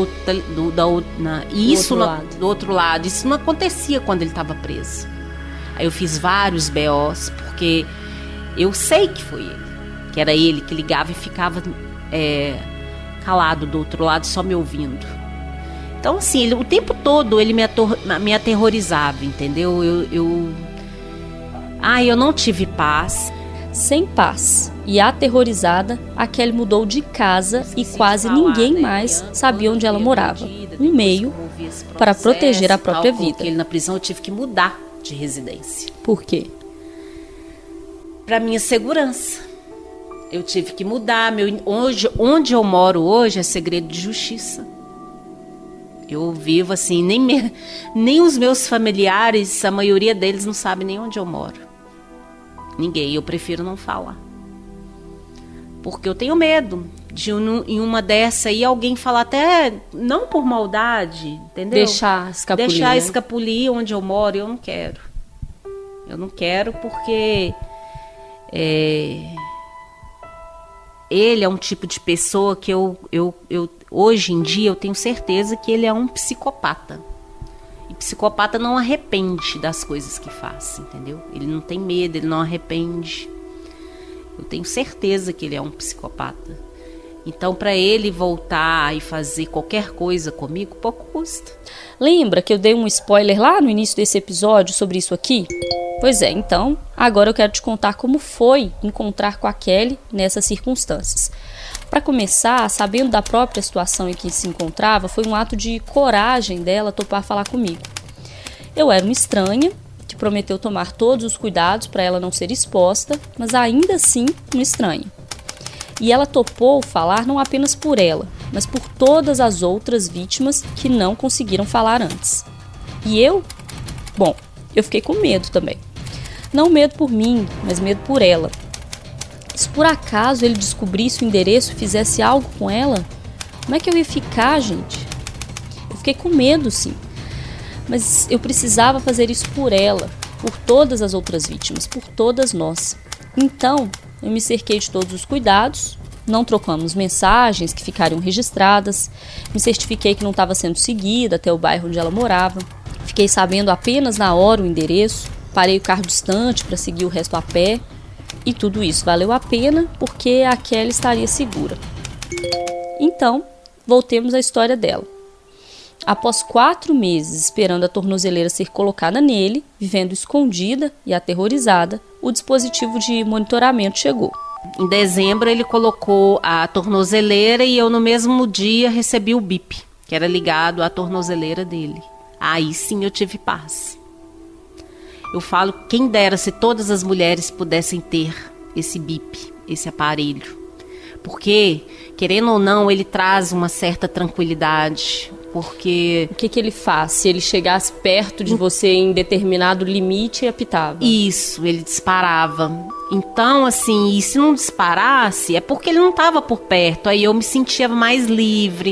outro lado. Isso não acontecia quando ele estava preso. Aí eu fiz vários BOs, porque eu sei que foi ele, que era ele que ligava e ficava calado do outro lado, só me ouvindo. Então, assim, o tempo todo ele me aterrorizava, entendeu? Eu não tive paz. Sem paz e aterrorizada, a Kelly mudou de casa e quase ninguém mais sabia onde ela morava. Um meio para proteger a própria vida. Ele na prisão, eu tive que mudar de residência. Por quê? Para minha segurança. Eu tive que mudar. Onde eu moro hoje é segredo de justiça. Eu vivo assim, nem os meus familiares, a maioria deles não sabe nem onde eu moro. Ninguém, eu prefiro não falar. Porque eu tenho medo de em uma dessa aí alguém falar até, não por maldade, entendeu? Deixar escapulir onde eu moro, eu não quero. Eu não quero porque ele é um tipo de pessoa que eu hoje em dia eu tenho certeza que ele é um psicopata. E psicopata não arrepende das coisas que faz, entendeu? Ele não tem medo, ele não arrepende. Eu tenho certeza que ele é um psicopata. Então, para ele voltar e fazer qualquer coisa comigo, pouco custa. Lembra que eu dei um spoiler lá no início desse episódio sobre isso aqui? Pois é, então, agora eu quero te contar como foi encontrar com a Kelly nessas circunstâncias. Para começar, sabendo da própria situação em que se encontrava, foi um ato de coragem dela topar falar comigo. Eu era uma estranha, que prometeu tomar todos os cuidados para ela não ser exposta, mas ainda assim uma estranha. E ela topou falar não apenas por ela, mas por todas as outras vítimas que não conseguiram falar antes. E eu? Bom, eu fiquei com medo também. Não medo por mim, mas medo por ela. Se por acaso ele descobrisse o endereço e fizesse algo com ela, como é que eu ia ficar, gente? Eu fiquei com medo, sim. Mas eu precisava fazer isso por ela, por todas as outras vítimas, por todas nós. Então, eu me cerquei de todos os cuidados, não trocamos mensagens que ficariam registradas, me certifiquei que não estava sendo seguida até o bairro onde ela morava, fiquei sabendo apenas na hora o endereço, parei o carro distante para seguir o resto a pé, e tudo isso valeu a pena porque a Kelly estaria segura. Então, voltemos à história dela. Após 4 meses esperando a tornozeleira ser colocada nele, vivendo escondida e aterrorizada, o dispositivo de monitoramento chegou. Em dezembro ele colocou a tornozeleira e eu no mesmo dia recebi o bip, que era ligado à tornozeleira dele. Aí sim eu tive paz. Eu falo, quem dera se todas as mulheres pudessem ter esse bip, esse aparelho. Porque, querendo ou não, ele traz uma certa tranquilidade. Porque... O que ele faz? Se ele chegasse perto de você em determinado limite, apitava? Isso, ele disparava. Então, assim, e se não disparasse, é porque ele não estava por perto. Aí eu me sentia mais livre,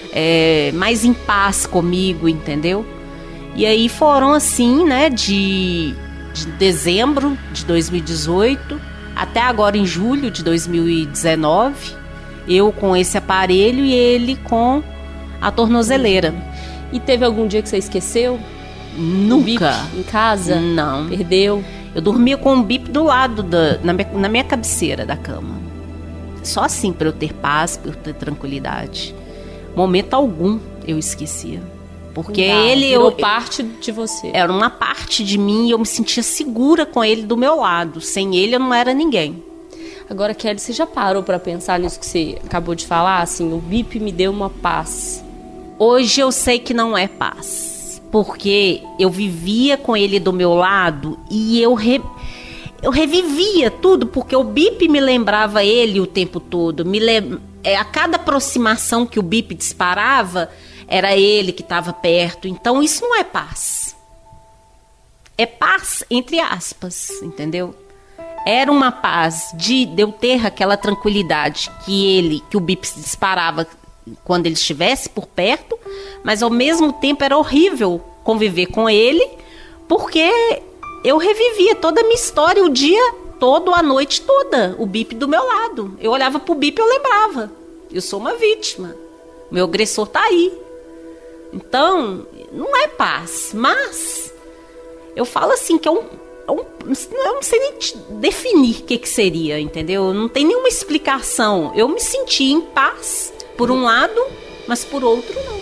mais em paz comigo, entendeu? E aí foram assim, né, de dezembro de 2018 até agora em julho de 2019, eu com esse aparelho e ele com a tornozeleira. E teve algum dia que você esqueceu? Nunca. Bip em casa? Não. Perdeu? Eu dormia com um bip do lado, na minha cabeceira da cama. Só assim para eu ter paz, para eu ter tranquilidade. Momento algum eu esquecia. Porque ele... Virou parte de você. Era uma parte de mim e eu me sentia segura com ele do meu lado. Sem ele eu não era ninguém. Agora, Kelly, você já parou para pensar nisso que você acabou de falar? Assim, o BIP me deu uma paz. Hoje eu sei que não é paz. Porque eu vivia com ele do meu lado e eu revivia tudo. Porque o BIP me lembrava ele o tempo todo. A cada aproximação que o BIP disparava, era ele que estava perto. Então isso não é paz. É paz entre aspas, entendeu? Era uma paz de eu ter aquela tranquilidade que o BIP se disparava quando ele estivesse por perto, mas ao mesmo tempo era horrível conviver com ele, porque eu revivia toda a minha história o dia todo, a noite toda, o BIP do meu lado. Eu olhava pro BIP e eu lembrava, eu sou uma vítima, meu agressor tá aí. Então, não é paz, mas eu falo assim que eu não sei nem definir o que seria, entendeu? Não tem nenhuma explicação. Eu me senti em paz por um lado, mas por outro não.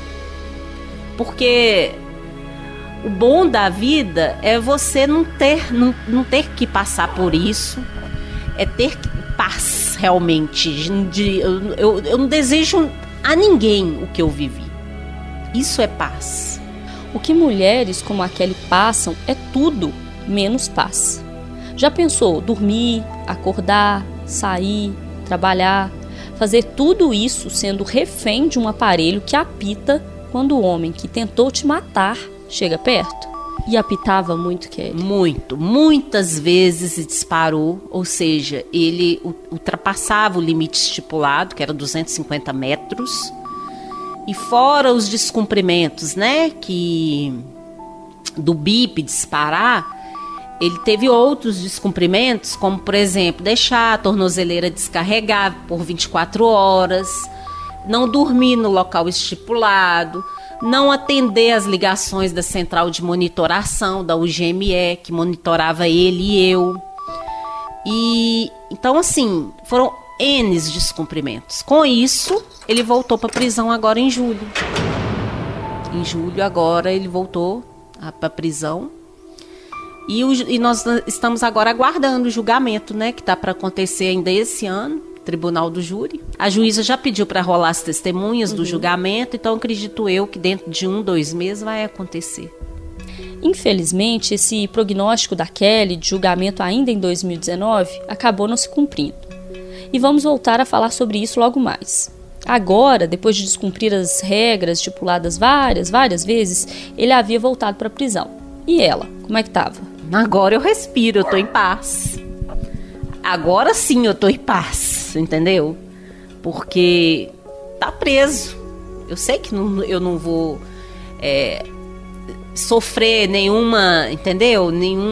Porque o bom da vida é você não ter que passar por isso, é ter paz realmente. Eu não desejo a ninguém o que eu vivi. Isso é paz. O que mulheres como a Kelly passam é tudo menos paz. Já pensou dormir, acordar, sair, trabalhar, fazer tudo isso sendo refém de um aparelho que apita quando o homem que tentou te matar chega perto? E apitava muito, Kelly? Muito, muitas vezes disparou, ou seja, ele ultrapassava o limite estipulado, que era 250 metros, e fora os descumprimentos, né, que do BIP disparar, ele teve outros descumprimentos, como, por exemplo, deixar a tornozeleira descarregar por 24 horas, não dormir no local estipulado, não atender as ligações da central de monitoração, da UGME, que monitorava ele e eu. E então, assim, foram N descumprimentos. Com isso, ele voltou para a prisão agora em julho. Em julho, agora, ele voltou para a prisão. E nós estamos agora aguardando o julgamento, né, que está para acontecer ainda esse ano, Tribunal do Júri. A juíza já pediu para rolar as testemunhas do julgamento, então acredito eu que dentro de 1-2 meses vai acontecer. Infelizmente, esse prognóstico da Kelly de julgamento ainda em 2019 acabou não se cumprindo. E vamos voltar a falar sobre isso logo mais. Agora, depois de descumprir as regras estipuladas várias vezes, ele havia voltado para a prisão. E ela, como é que estava? Agora eu respiro, eu tô em paz. Agora sim eu tô em paz, entendeu? Porque tá preso. Eu sei que eu não vou sofrer nenhuma, entendeu?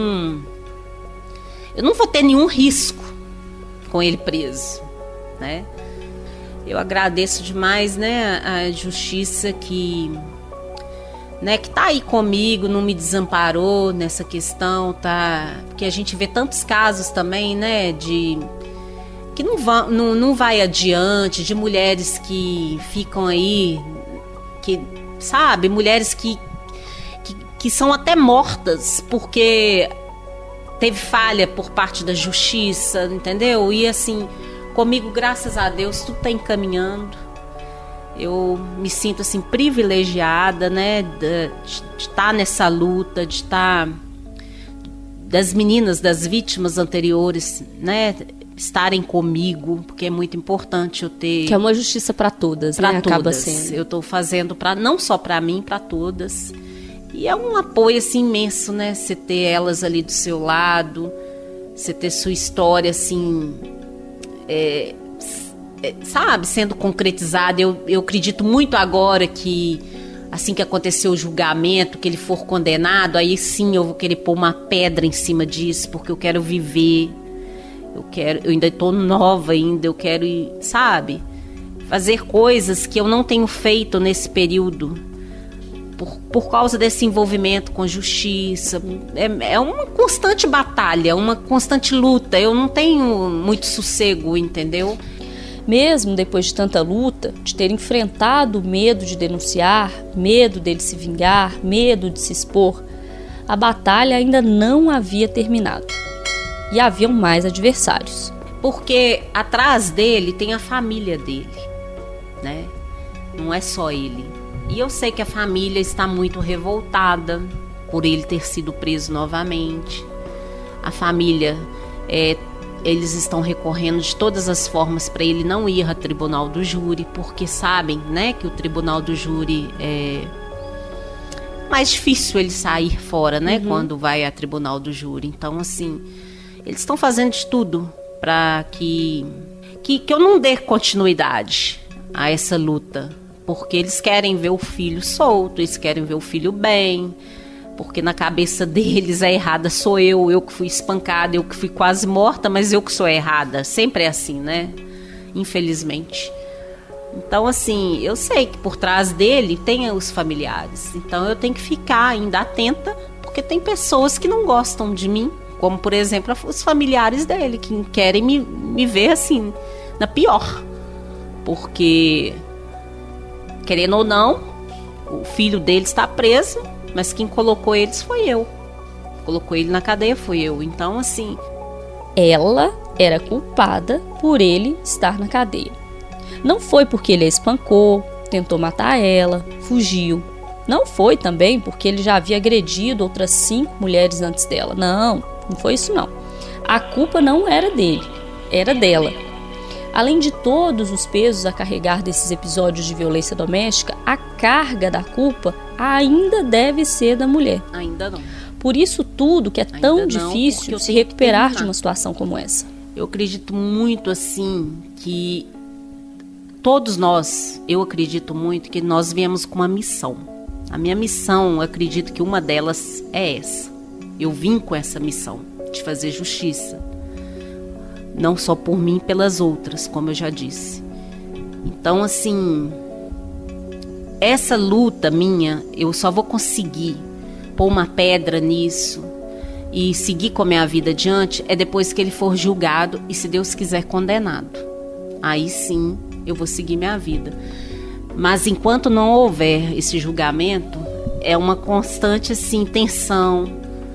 Eu não vou ter nenhum risco com ele preso, né? Eu agradeço demais, né, a justiça que tá aí comigo, não me desamparou nessa questão, tá? Porque a gente vê tantos casos também, né, que não vai adiante, de mulheres que ficam aí, que, sabe, mulheres que são até mortas porque teve falha por parte da justiça, entendeu? E assim, comigo, graças a Deus, tudo tá encaminhando. Eu me sinto assim privilegiada, né, de estar nessa luta, de estar das meninas, das vítimas anteriores, né, estarem comigo, porque é muito importante eu ter. Que é uma justiça para todas, né? Todas. Acaba sendo. Eu estou fazendo não só para mim, para todas. E é um apoio assim imenso, né? Você ter elas ali do seu lado, você ter sua história assim. Sabe, sendo concretizada. Eu acredito muito agora que assim que acontecer o julgamento, que ele for condenado, aí sim eu vou querer pôr uma pedra em cima disso, porque eu quero viver, eu ainda estou nova ainda, eu quero, sabe, fazer coisas que eu não tenho feito nesse período, por causa desse envolvimento com justiça. É uma constante batalha, uma constante luta, eu não tenho muito sossego, entendeu? Mesmo depois de tanta luta, de ter enfrentado o medo de denunciar, medo dele se vingar, medo de se expor, a batalha ainda não havia terminado. E haviam mais adversários. Porque atrás dele tem a família dele, né? Não é só ele. E eu sei que a família está muito revoltada por ele ter sido preso novamente. A família, eles estão recorrendo de todas as formas para ele não ir ao tribunal do júri, porque sabem, né, que o tribunal do júri é mais difícil ele sair fora, né, quando vai ao tribunal do júri. Então, assim, eles estão fazendo de tudo para que eu não dê continuidade a essa luta, porque eles querem ver o filho solto, eles querem ver o filho bem, porque na cabeça deles a errada sou eu que fui espancada, eu que fui quase morta, mas eu que sou errada. Sempre é assim, né? Infelizmente. Então, assim, eu sei que por trás dele tem os familiares. Então eu tenho que ficar ainda atenta, porque tem pessoas que não gostam de mim, como, por exemplo, os familiares dele, que querem me ver assim, na pior. Porque, querendo ou não, o filho dele está preso, mas quem colocou eles foi eu. Colocou ele na cadeia foi eu. Então, assim... Ela era culpada por ele estar na cadeia. Não foi porque ele a espancou, tentou matar ela, fugiu. Não foi também porque ele já havia agredido outras 5 mulheres antes dela. Não foi isso não. A culpa não era dele, era dela. Além de todos os pesos a carregar desses episódios de violência doméstica, a carga da culpa ainda deve ser da mulher. Ainda não. Por isso tudo que é Ainda tão não, difícil se recuperar de uma situação como essa. Eu acredito muito, assim, que todos nós, eu acredito muito que nós viemos com uma missão. A minha missão, eu acredito que uma delas é essa. Eu vim com essa missão de fazer justiça. Não só por mim, pelas outras, como eu já disse. Então, assim, essa luta minha, eu só vou conseguir pôr uma pedra nisso e seguir com a minha vida adiante é depois que ele for julgado e, se Deus quiser, condenado. Aí sim, eu vou seguir minha vida. Mas enquanto não houver esse julgamento, é uma constante, assim, tensão.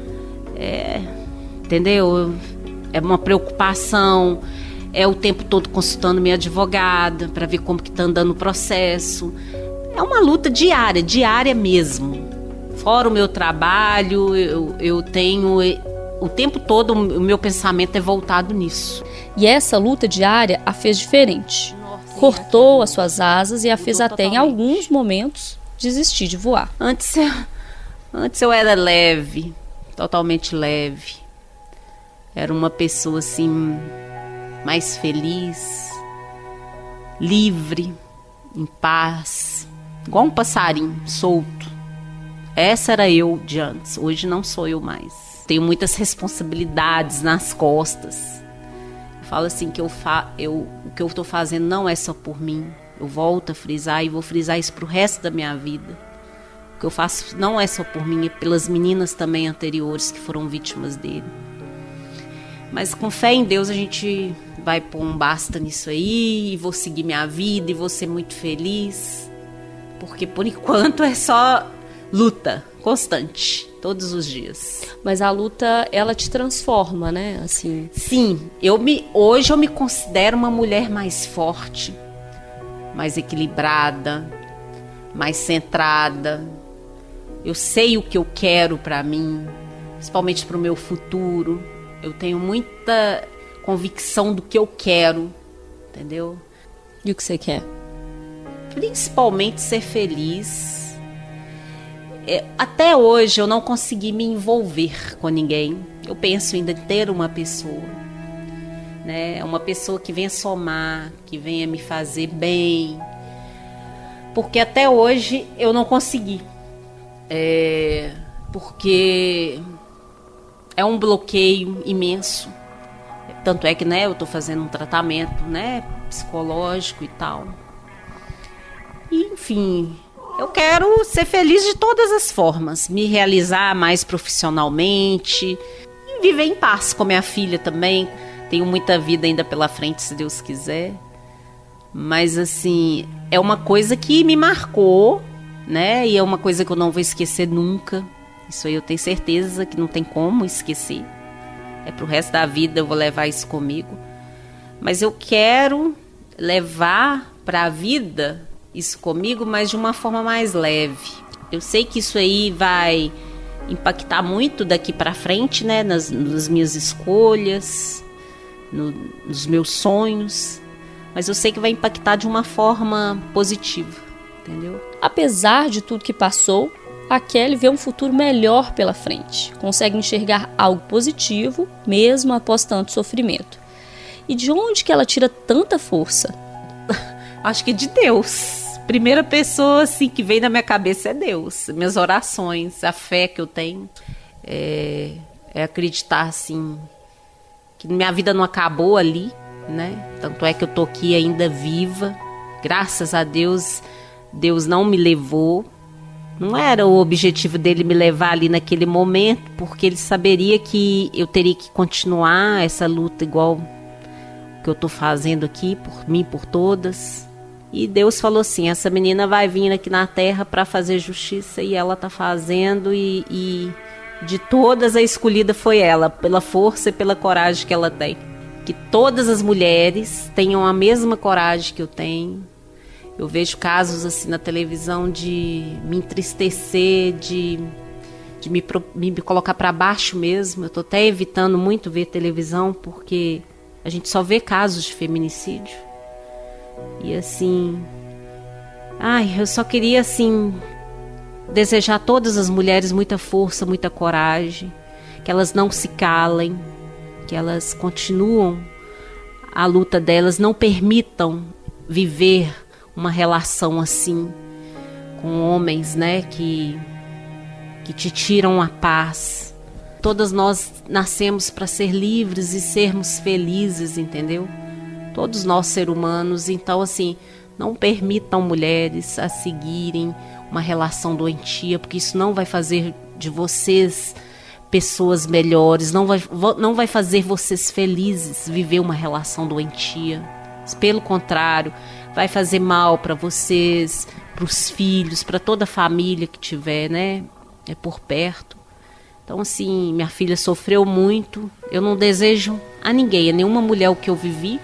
Entendeu? É uma preocupação, é o tempo todo consultando minha advogada para ver como que está andando o processo. É uma luta diária mesmo. Fora o meu trabalho, eu tenho o tempo todo, o meu pensamento é voltado nisso. E essa luta diária a fez diferente. Cortou as suas asas e a fez até em alguns momentos desistir de voar. Antes eu era leve, totalmente leve. Era uma pessoa assim, mais feliz, livre, em paz, igual um passarinho solto. Essa era eu de antes, hoje não sou eu mais. Tenho muitas responsabilidades nas costas. Eu falo assim que o que eu estou fazendo não é só por mim. Eu volto a frisar e vou frisar isso para o resto da minha vida. O que eu faço não é só por mim, é pelas meninas também anteriores que foram vítimas dele. Mas com fé em Deus a gente vai pôr um basta nisso aí, e vou seguir minha vida e vou ser muito feliz. Porque por enquanto é só luta constante, todos os dias. Mas a luta, ela te transforma, né? Assim. Sim, hoje eu me considero uma mulher mais forte, mais equilibrada, mais centrada. Eu sei o que eu quero para mim, principalmente para o meu futuro. Eu tenho muita convicção do que eu quero, entendeu? E o que você quer? Principalmente ser feliz. Até hoje eu não consegui me envolver com ninguém. Eu penso ainda em ter uma pessoa, né? Uma pessoa que venha somar, que venha me fazer bem. Porque até hoje eu não consegui. Porque é um bloqueio imenso. Tanto é que, né, eu estou fazendo um tratamento, né, psicológico e tal. E, enfim, eu quero ser feliz de todas as formas. Me realizar mais profissionalmente. E viver em paz com minha filha também. Tenho muita vida ainda pela frente, se Deus quiser. Mas assim, é uma coisa que me marcou, né? E é uma coisa que eu não vou esquecer nunca. Isso aí eu tenho certeza que não tem como esquecer. É pro resto da vida, eu vou levar isso comigo. Mas eu quero levar pra vida isso comigo, mas de uma forma mais leve. Eu sei que isso aí vai impactar muito daqui pra frente, né? Nas minhas escolhas, nos meus sonhos. Mas eu sei que vai impactar de uma forma positiva, entendeu? Apesar de tudo que passou, a Kelly vê um futuro melhor pela frente. Consegue enxergar algo positivo, mesmo após tanto sofrimento. E de onde que ela tira tanta força? Acho que de Deus. Primeira pessoa assim, que vem na minha cabeça é Deus. Minhas orações, a fé que eu tenho. É acreditar assim, que minha vida não acabou ali, né? Tanto é que eu tô aqui ainda viva. Graças a Deus, Deus não me levou. Não era o objetivo dele me levar ali naquele momento, porque ele saberia que eu teria que continuar essa luta igual que eu tô fazendo aqui, por mim, por todas. E Deus falou assim, essa menina vai vir aqui na terra para fazer justiça, e ela tá fazendo, e de todas a escolhida foi ela, pela força e pela coragem que ela tem. Que todas as mulheres tenham a mesma coragem que eu tenho. Eu vejo casos assim na televisão de me entristecer, de me colocar para baixo mesmo. Eu tô até evitando muito ver televisão, porque a gente só vê casos de feminicídio. E assim, eu só queria assim desejar a todas as mulheres muita força, muita coragem, que elas não se calem, que elas continuam a luta delas, não permitam viver uma relação assim com homens, né, que te tiram a paz. Todas nós nascemos para ser livres e sermos felizes, entendeu? Todos nós, seres humanos. Então, assim, não permitam mulheres a seguirem uma relação doentia, porque isso não vai fazer de vocês pessoas melhores, não vai fazer vocês felizes viver uma relação doentia. Pelo contrário, vai fazer mal para vocês, para os filhos, para toda a família que tiver, né? É por perto. Então, assim, minha filha sofreu muito. Eu não desejo a ninguém, a nenhuma mulher o que eu vivi.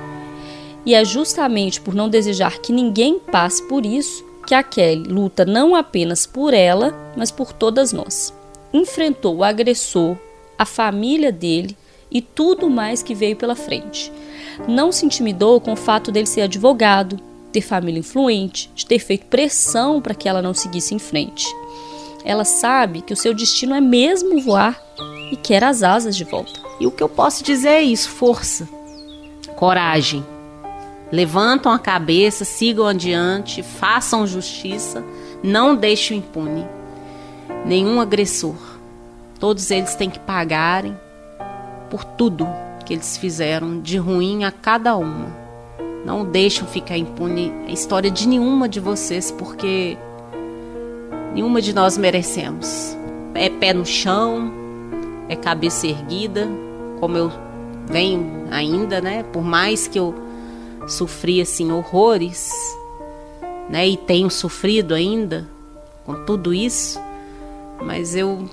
E é justamente por não desejar que ninguém passe por isso que a Kelly luta não apenas por ela, mas por todas nós. Enfrentou o agressor, a família dele e tudo mais que veio pela frente. Não se intimidou com o fato dele ser advogado, ter família influente, de ter feito pressão para que ela não seguisse em frente. Ela sabe que o seu destino é mesmo voar e quer as asas de volta. E o que eu posso dizer é isso, força, coragem. Levantam a cabeça, sigam adiante, façam justiça, não deixem impune nenhum agressor. Todos eles têm que pagarem por tudo que eles fizeram de ruim a cada uma. Não deixem ficar impune a história de nenhuma de vocês, porque nenhuma de nós merecemos. É pé no chão, é cabeça erguida, como eu venho ainda, né? Por mais que eu sofri assim horrores, né? E tenho sofrido ainda com tudo isso, mas eu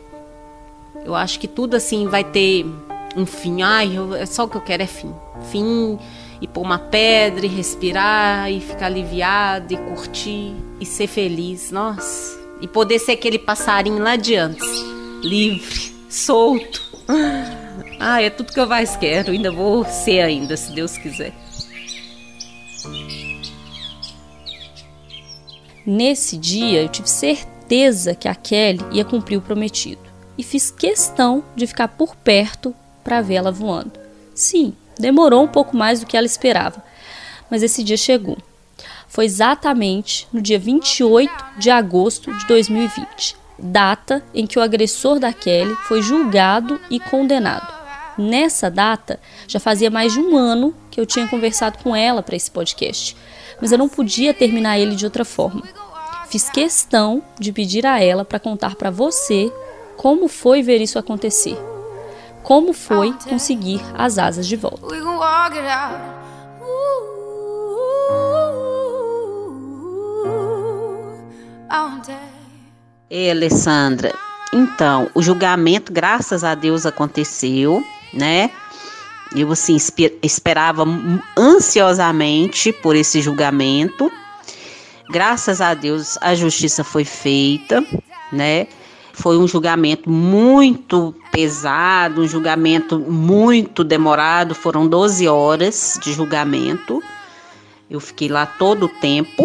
acho que tudo assim vai ter um fim. É só o que eu quero é fim. Fim, e pôr uma pedra, e respirar, e ficar aliviado, e curtir, e ser feliz. Nossa, e poder ser aquele passarinho lá adiante, livre, solto. É tudo que eu mais quero. Ainda vou ser ainda, se Deus quiser. Nesse dia, eu tive certeza que a Kelly ia cumprir o prometido. E fiz questão de ficar por perto para vê-la voando. Sim, demorou um pouco mais do que ela esperava, mas esse dia chegou. Foi exatamente no dia 28 de agosto de 2020, data em que o agressor da Kelly foi julgado e condenado. Nessa data, já fazia mais de um ano que eu tinha conversado com ela para esse podcast, mas eu não podia terminar ele de outra forma. Fiz questão de pedir a ela para contar para você como foi ver isso acontecer. Como foi conseguir as asas de volta. Alessandra, então, o julgamento, graças a Deus, aconteceu, né? Eu, assim, esperava ansiosamente por esse julgamento. Graças a Deus, a justiça foi feita, né? Foi um julgamento muito pesado, um julgamento muito demorado. Foram 12 horas de julgamento. Eu fiquei lá todo o tempo.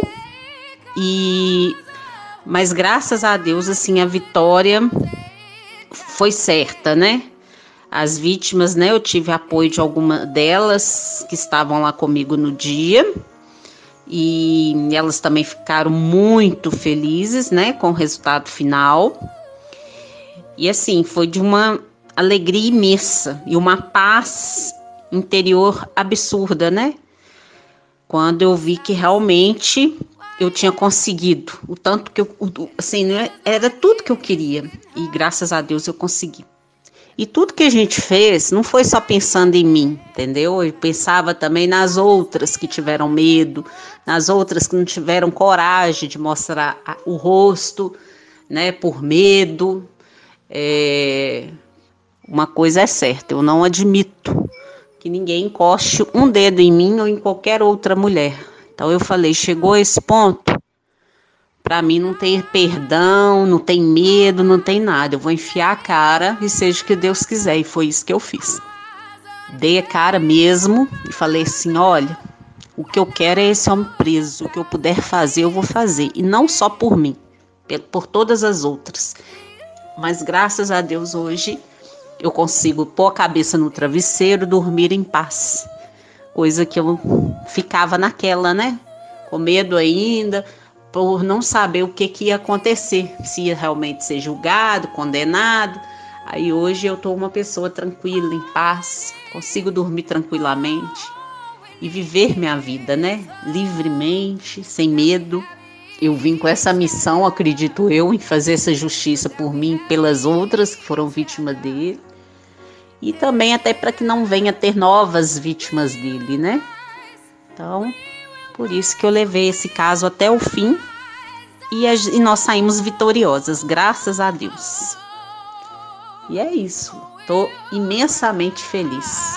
Mas graças a Deus, assim, a vitória foi certa, né? As vítimas, né? Eu tive apoio de alguma delas que estavam lá comigo no dia. E elas também ficaram muito felizes, né? Com o resultado final. E assim, foi de uma alegria imensa e uma paz interior absurda, né? Quando eu vi que realmente eu tinha conseguido o tanto que assim, né? Era tudo que eu queria e graças a Deus eu consegui. E tudo que a gente fez não foi só pensando em mim, entendeu? Eu pensava também nas outras que tiveram medo, nas outras que não tiveram coragem de mostrar o rosto, né? Por medo. Uma coisa é certa, eu não admito que ninguém encoste um dedo em mim ou em qualquer outra mulher. Então eu falei, chegou a esse ponto, para mim não tem perdão, não tem medo, não tem nada. Eu vou enfiar a cara e seja o que Deus quiser. E foi isso que eu fiz. Dei a cara mesmo e falei assim, olha, o que eu quero é esse homem preso. O que eu puder fazer, eu vou fazer. E não só por mim, por todas as outras. Mas graças a Deus hoje eu consigo pôr a cabeça no travesseiro, dormir em paz. Coisa que eu ficava naquela, né? Com medo ainda, por não saber o que ia acontecer. Se ia realmente ser julgado, condenado. Aí hoje eu tô uma pessoa tranquila, em paz. Consigo dormir tranquilamente e viver minha vida, né? Livremente, sem medo. Eu vim com essa missão, acredito eu, em fazer essa justiça por mim e pelas outras que foram vítimas dele. E também até para que não venha ter novas vítimas dele, né? Então, por isso que eu levei esse caso até o fim e nós saímos vitoriosas, graças a Deus. E é isso, estou imensamente feliz.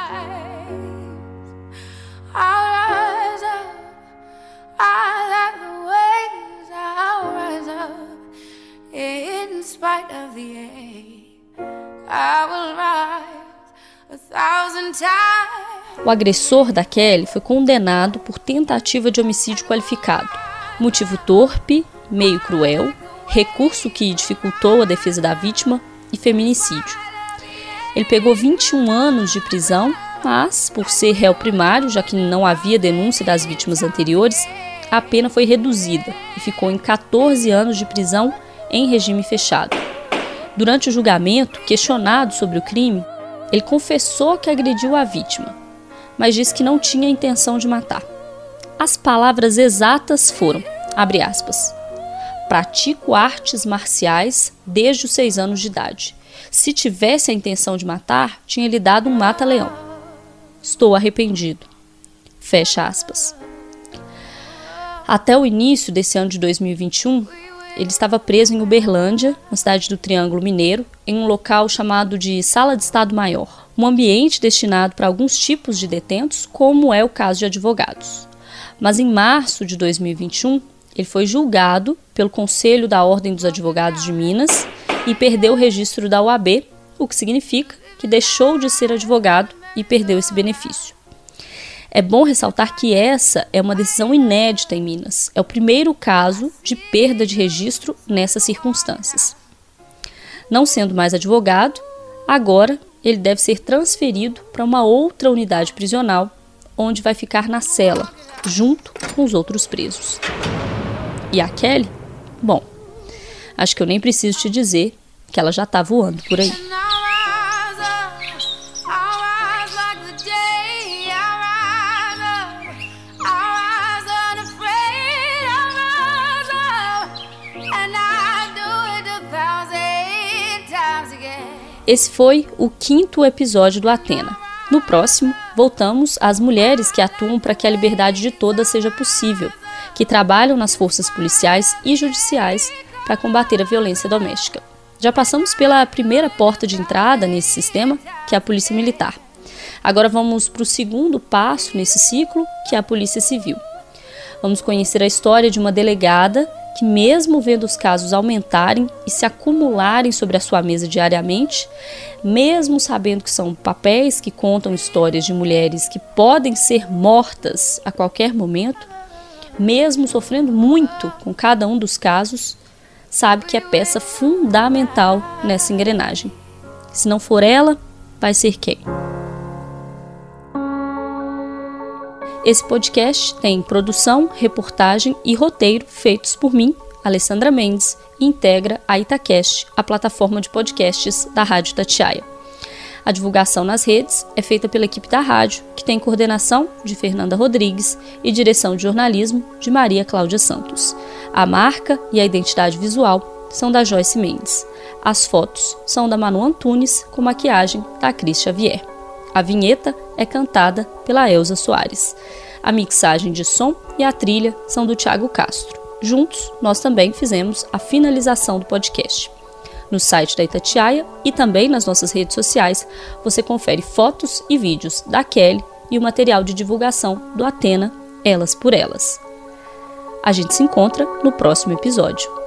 In spite of the ache, I will rise 1,000 times. O agressor da Kelly foi condenado por tentativa de homicídio qualificado, motivo torpe, meio cruel, recurso que dificultou a defesa da vítima e feminicídio. Ele pegou 21 anos de prisão, mas, por ser réu primário, já que não havia denúncia das vítimas anteriores, a pena foi reduzida e ficou em 14 anos de prisão em regime fechado. Durante o julgamento, questionado sobre o crime, ele confessou que agrediu a vítima, mas disse que não tinha intenção de matar. As palavras exatas foram, abre aspas, pratico artes marciais desde os 6 anos de idade. Se tivesse a intenção de matar, tinha lhe dado um mata-leão. Estou arrependido. Fecha aspas. Até o início desse ano de 2021, ele estava preso em Uberlândia, na cidade do Triângulo Mineiro, em um local chamado de Sala de Estado Maior, um ambiente destinado para alguns tipos de detentos, como é o caso de advogados. Mas em março de 2021, ele foi julgado pelo Conselho da Ordem dos Advogados de Minas e perdeu o registro da OAB, o que significa que deixou de ser advogado e perdeu esse benefício. É bom ressaltar que essa é uma decisão inédita em Minas. É o primeiro caso de perda de registro nessas circunstâncias. Não sendo mais advogado, agora ele deve ser transferido para uma outra unidade prisional, onde vai ficar na cela, junto com os outros presos. E a Kelly? Bom, acho que eu nem preciso te dizer que ela já está voando por aí. Esse foi o 5º episódio do Atena. No próximo, voltamos às mulheres que atuam para que a liberdade de todas seja possível, que trabalham nas forças policiais e judiciais para combater a violência doméstica. Já passamos pela primeira porta de entrada nesse sistema, que é a Polícia Militar. Agora vamos para o segundo passo nesse ciclo, que é a Polícia Civil. Vamos conhecer a história de uma delegada que, mesmo vendo os casos aumentarem e se acumularem sobre a sua mesa diariamente, mesmo sabendo que são papéis que contam histórias de mulheres que podem ser mortas a qualquer momento, mesmo sofrendo muito com cada um dos casos, sabe que é peça fundamental nessa engrenagem. Se não for ela, vai ser quem? Esse podcast tem produção, reportagem e roteiro feitos por mim, Alessandra Mendes, e integra a Itacast, a plataforma de podcasts da Rádio Itatiaia. A divulgação nas redes é feita pela equipe da rádio, que tem coordenação de Fernanda Rodrigues e direção de jornalismo de Maria Cláudia Santos. A marca e a identidade visual são da Joyce Mendes. As fotos são da Manu Antunes, com maquiagem da Cris Xavier. A vinheta é cantada pela Elza Soares. A mixagem de som e a trilha são do Thiago Castro. Juntos, nós também fizemos a finalização do podcast. No site da Itatiaia e também nas nossas redes sociais, você confere fotos e vídeos da Kelly e o material de divulgação do Atena Elas por Elas. A gente se encontra no próximo episódio.